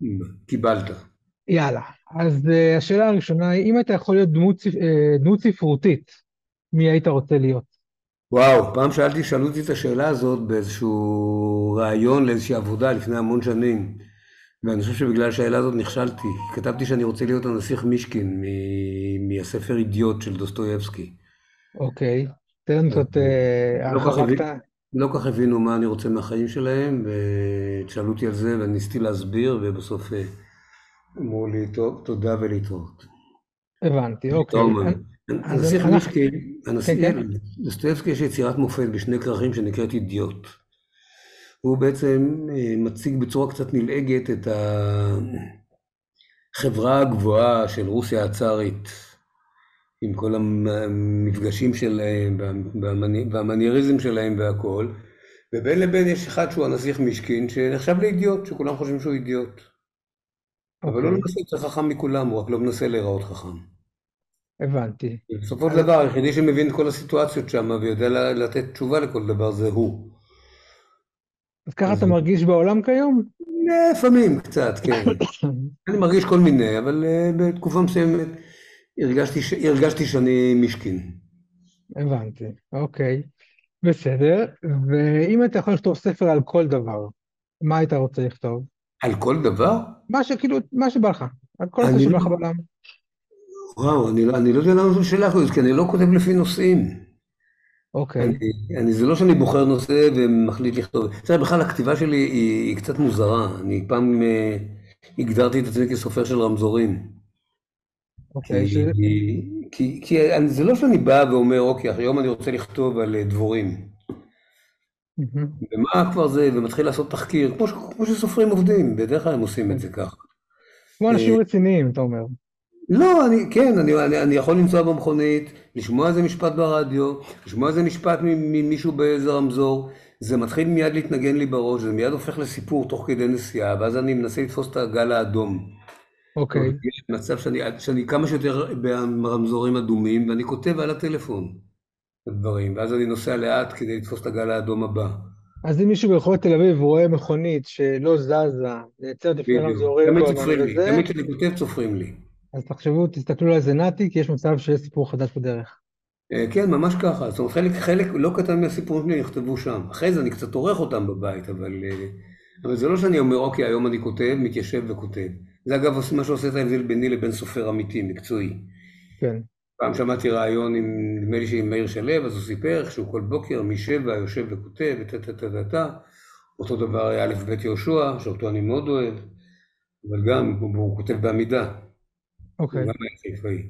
S2: קיבלת.
S1: יאללה. אז אה, השאלה הראשונה היא, אם אתה יכול להיות דמות, ספ- אה, דמות ספרותית, מי היית רוצה להיות?
S2: וואו, פעם שאלתי, שאלו אותי את השאלה הזאת באיזשהו ראיון לאיזושהי עבודה לפני המון שנים, ואני חושב שבגלל השאלה הזאת נכשלתי. כתבתי שאני רוצה להיות הנסיך מישקין מ- מהספר אידיוט של דוסטויבסקי.
S1: אוקיי. תן לנו
S2: אז
S1: קצת אה,
S2: לא כך
S1: הרחבה
S2: הבין-
S1: קטנה.
S2: לא כך הבינו מה אני רוצה מהחיים שלהם, ושאלו אותי על זה וניסיתי להסביר, ובסוף אה, אמרו לי, טוב, תודה ולהתראות.
S1: הבנתי, אוקיי.
S2: טראומה.
S1: אז
S2: הנסיך
S1: אנחנו...
S2: מישקין,
S1: כן,
S2: הנסיך,
S1: כן.
S2: דוסטויבסקי יש יצירת מופת בשני כרכים שנקראת אידיוט. הוא בעצם אה, מציג בצורה קצת נלעגת את החברה הגבוהה של רוסיה הצארית, עם כל המפגשים שלהם והמני- והמנייריזם שלהם והכל, ובין לבין יש אחד שהוא הנסיך מישקין שנחשב לאידיוט, שכולם חושבים שהוא אידיוט. אבל הוא לא
S1: אוקיי,
S2: מנסה להיות חכם מכולם, הוא רק לא מנסה להיראות חכם.
S1: הבנתי.
S2: בסופו של
S1: אז,
S2: דבר, היחידי שמבין את כל הסיטואציות שם ויודע ל- לתת תשובה לכל דבר זה הוא.
S1: אז ככה
S2: אז
S1: אתה מרגיש בעולם כיום?
S2: לפעמים קצת, כן. אני מרגיש כל מיני, אבל אה, בתקופה מסוימת הרגשתי, ש... הרגשתי שאני מישקין.
S1: הבנתי, אוקיי. בסדר. ואם אתה יכול לכתוב ספר על כל דבר, מה היית רוצה לכתוב?
S2: על כל דבר?
S1: מה שכאילו, מה שבא לך. על כל נושא
S2: אני
S1: שבא
S2: לא,
S1: לך בעולם.
S2: וואו, אני לא, אני לא יודע למה זו שאלה כזאת, כי אני לא כותב לפי נושאים. אני,
S1: אוקיי.
S2: אני, זה לא שאני בוחר נושא ומחליט לכתוב. תראה, בכלל הכתיבה שלי היא, היא קצת מוזרה. אני פעם אה, הגדרתי את עצמי כסופר של רמזורים.
S1: אוקיי, ש...
S2: כי, כי, כי אני, זה לא שאני בא ואומר, אוקיי, היום אני רוצה לכתוב על אה, דבורים.
S1: מהמם,
S2: ומה כבר זה, ומתחיל לעשות תחקיר, כמו, ש- כמו שסופרים עובדים, בדרך כלל הם עושים את
S1: כן.
S2: זה ככה.
S1: כמו
S2: אה,
S1: אנשים רציניים, אתה אומר.
S2: לא, אני, כן, אני, אני, אני יכול לנסוע במכונית, לשמוע איזה משפט ברדיו, לשמוע איזה משפט מ- ממישהו באיזה רמזור, זה מתחיל מיד להתנגן לי בראש, זה מיד הופך לסיפור תוך כדי נסיעה, ואז אני מנסה לתפוס את הגל האדום. זאת אומרת,
S1: אוקיי,
S2: יש מצב שאני, שאני כמה שיותר ברמזורים אדומים, ואני כותב על הטלפון את הדברים, ואז אני נוסע לאט כדי לתפוס את הגל האדום הבא.
S1: אז אם מישהו ברחוב תל אביב רואה מכונית שלא זזה, נעצרת לפני
S2: בדיוק.
S1: רמזורים
S2: תמיד
S1: כל הזמן
S2: סופרים לי,
S1: וזה,
S2: תמיד כשאני כותב סופרים לי.
S1: אז תחשבו, תסתכלו על זה נתי, כי יש מצב שיש סיפור חדש בדרך.
S2: אה, כן, ממש ככה. זאת אומרת, חלק, חלק לא קטן מהסיפורים שלי נכתבו שם. אחרי זה אני קצת עורך אותם בבית, אבל, אה, אבל זה לא שאני אומר, אוקיי, היום אני כותב, מתיישב וכותב. זה אגב מה שעושה את ההבדל ביני לבין סופר אמיתי, מקצועי.
S1: כן,
S2: פעם שמעתי ראיון עם, נדמה לי שעם מאיר שלו, אז הוא סיפר איך שהוא כל בוקר משבע יושב וכותב, וטה-טה-טה-טה. אותו דבר היה א' ב' יהושע, שאותו אני מאוד אוהב, אבל גם הוא, הוא כותב בעמידה, הוא
S1: אוקיי.
S2: גם היה חיפאי.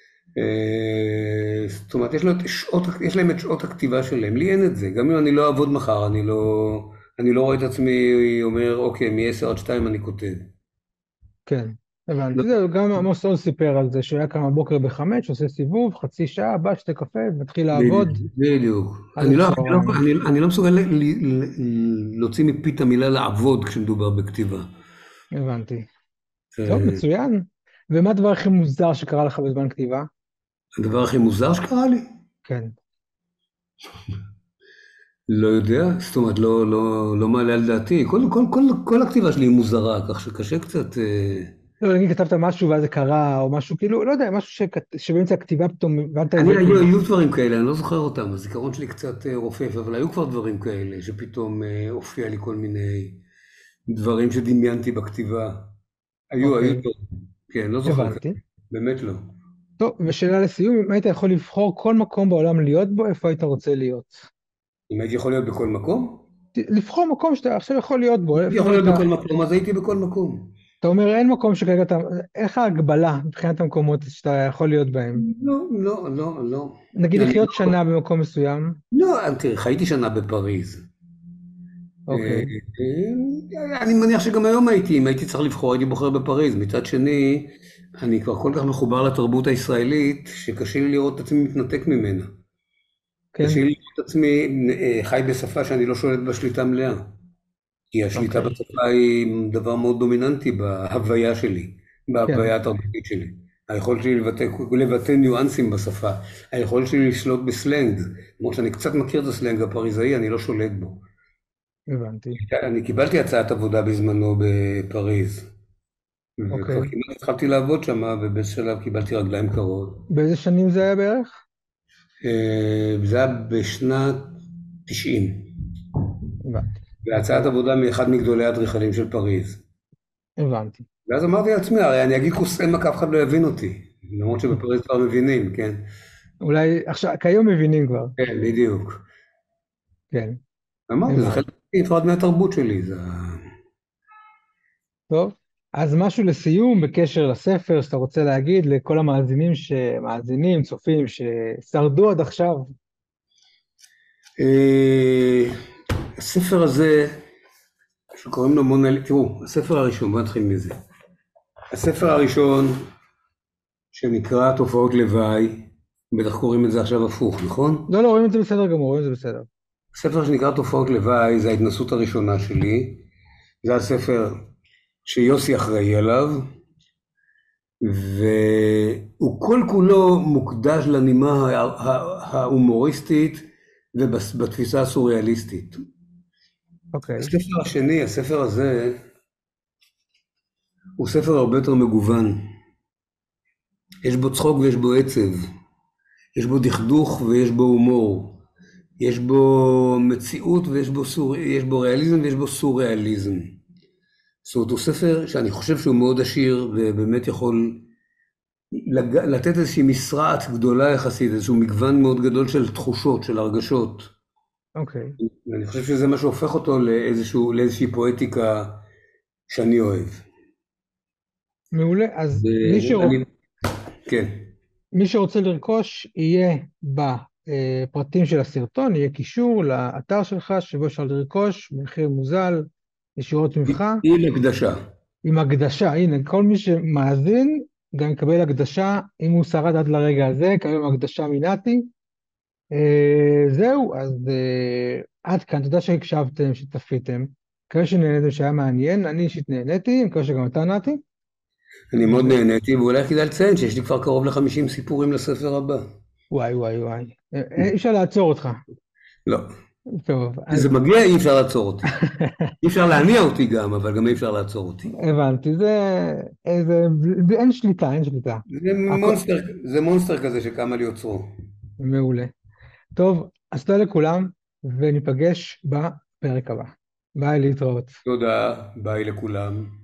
S2: אה, זאת אומרת, יש, לו את שעות, יש להם את שעות הכתיבה שלהם, לי אין את זה, גם אם אני לא אעבוד מחר, אני לא, אני לא רואה את עצמי אומר, אוקיי, מ-עשר עד שתיים אני כותב.
S1: כן,
S2: לא,
S1: הבנתי. זהו, גם עמוס עוז סיפר על זה, שהוא היה קם בבוקר בחמש, עושה סיבוב, חצי שעה, בא, שתה קפה, מתחיל
S2: בדיוק,
S1: לעבוד
S2: בדיוק.
S1: עד
S2: אני לא, אני לא,
S1: הצהריים.
S2: אני, אני לא מסוגל ל, ל, ל, להוציא מפי את המילה לעבוד כשמדובר בכתיבה.
S1: הבנתי. טוב,
S2: זה
S1: מצוין. ומה הדבר הכי מוזר שקרה לך בזמן כתיבה?
S2: הדבר הכי מוזר שקרה לי.
S1: כן.
S2: לא יודע, זאת אומרת, לא, לא, לא מעלה על דעתי. כל, כל, כל, כל הכתיבה שלי היא מוזרה, כך שקשה קצת... אה,
S1: לא, נגיד כתבת משהו ואז זה קרה, או משהו כאילו, לא יודע, משהו שכת- שבאמצע הכתיבה פתאום הבנת
S2: אני,
S1: איזה
S2: היו,
S1: כאילו.
S2: היו דברים כאלה, אני לא זוכר אותם, הזיכרון שלי קצת אה, רופף, אבל היו כבר דברים כאלה, שפתאום אה, הופיע לי כל מיני דברים שדמיינתי בכתיבה. היו, היו
S1: אוקיי,
S2: דברים, כן, לא זוכר כאלה,
S1: הבנתי.
S2: באמת לא.
S1: טוב, ושאלה לסיום, אם היית יכול לבחור כל מקום בעולם להיות בו, איפה היית רוצה להיות?
S2: אם הייתי יכול להיות בכל מקום,
S1: ת- לבחור מקום שאתה עכשיו יכול להיות בו,
S2: הייתי
S1: איפה
S2: יכול
S1: היית...
S2: להיות בכל מקום, אז הייתי בכל מקום.
S1: אתה אומר אין מקום שכרגע אתה... איך ההגבלה מבחינת המקומות שאתה יכול להיות בהם?
S2: לא, לא, לא, לא.
S1: נגיד
S2: אני
S1: לחיות
S2: לא,
S1: שנה במקום מסוים,
S2: לא, תראה, חייתי שנה בפריז. אה,
S1: אוקיי,
S2: אה, אני מניח שגם היום הייתי, אם הייתי צריך לבחור, הייתי בוחר בפריז. מצד שני, אני כבר כל כך מחובר לתרבות הישראלית, שקשה לי לראות את עצמי מתנתק ממנה.
S1: כן,
S2: קשה לי לראות את עצמי אה, חי בשפה שאני לא שולט בה שליטה מלאה. כי השליטה
S1: אוקיי,
S2: בשפה היא דבר מאוד דומיננטי בהוויה שלי,
S1: כן,
S2: בהוויה התרבותית שלי. היכולת שלי לבטא, לבטא ניואנסים בשפה, היכולת שלי לשלוט בסלנג, למרות שאני קצת מכיר את הסלנג הפריזאי, אני לא שולט בו.
S1: הבנתי,
S2: אני קיבלתי הצעת עבודה בזמנו בפריז, וכבר
S1: אוקיי.
S2: כמעט התחלתי לעבוד שם, ובאיזה שלב קיבלתי רגליים קרות.
S1: באיזה שנים זה היה בערך?
S2: אה, זה היה בשנת תשעים,
S1: הבנתי.
S2: בהצעת עבודה מאחד מגדולי האדריכלים של פריז.
S1: הבנתי.
S2: ואז אמרתי לעצמי, הרי אני אגיד כוס עמק, אף אחד לא יבין אותי. למרות שבפריז כבר מבינים, כן?
S1: אולי עכשיו, כיום מבינים כבר.
S2: כן, בדיוק.
S1: כן,
S2: אמרתי, זה
S1: הבנתי.
S2: חלק נפרד מהתרבות שלי. זה... ה-
S1: טוב, אז משהו לסיום בקשר לספר שאתה רוצה להגיד לכל המאזינים שמאזינים, צופים, ששרדו עד עכשיו.
S2: אה, הספר הזה, שקוראים לו מונה, תראו, הספר הראשון, בוא נתחיל מזה. הספר הראשון, שנקרא תופעות לוואי, בטח קוראים את זה עכשיו הפוך, נכון?
S1: לא, לא, רואים את זה בסדר גמור, רואים את זה בסדר.
S2: הספר שנקרא תופעות לוואי, זה ההתנסות הראשונה שלי. זה הספר שיוסי אחראי עליו, והוא כל כולו מוקדש לנימה הה- הה- ההומוריסטית ובתפיסה הסוריאליסטית.
S1: אוקיי,
S2: הספר השני, הספר הזה, הוא ספר הרבה יותר מגוון. יש בו צחוק ויש בו עצב, יש בו דכדוך ויש בו הומור, יש בו מציאות ויש בו, סור... יש בו ריאליזם ויש בו סוריאליזם. זאת אומרת, הוא ספר שאני חושב שהוא מאוד עשיר ובאמת יכול לג... לתת איזושהי משרעת גדולה יחסית, איזשהו מגוון מאוד גדול של תחושות, של הרגשות.
S1: אוקיי.
S2: ואני חושב שזה מה שהופך אותו לאיזשהו, לאיזושהי פואטיקה שאני אוהב.
S1: מעולה, אז מי, שרוצ...
S2: ואני... כן.
S1: מי שרוצה לרכוש, יהיה בפרטים של הסרטון, יהיה קישור לאתר שלך, שבו אפשר לרכוש, במחיר מוזל, ישירות ממך,
S2: עם הקדשה.
S1: עם הקדשה. הנה, כל מי שמאזין, גם יקבל הקדשה, אם הוא שרד עד לרגע הזה, יקבל עם הקדשה מנתי. אה, זהו, אז אה, עד כאן, תודה שהקשבתם, שצפיתם. מקווה שנהנתם שהיה מעניין, אני אישית נהניתי, מקווה שגם אתה נתי.
S2: אני מאוד נהניתי, ואולי כדאי לציין שיש לי כבר קרוב ל-חמישים סיפורים לספר הבא.
S1: וואי וואי וואי, אה, אה, אי אפשר לעצור אותך.
S2: לא.
S1: טוב, אז
S2: זה מגיע, אי אפשר לעצור אותי. אי אפשר להניע אותי גם, אבל גם אי אפשר לעצור אותי.
S1: הבנתי, זה, אה, זה, זה, אין שליטה, אין שליטה.
S2: זה
S1: הכל,
S2: מונסטר, זה מונסטר כזה שקם על יוצרו.
S1: מעולה. טוב, אז תודה לכולם, וניפגש בפרק הבא. ביי, להתראות.
S2: תודה, ביי לכולם.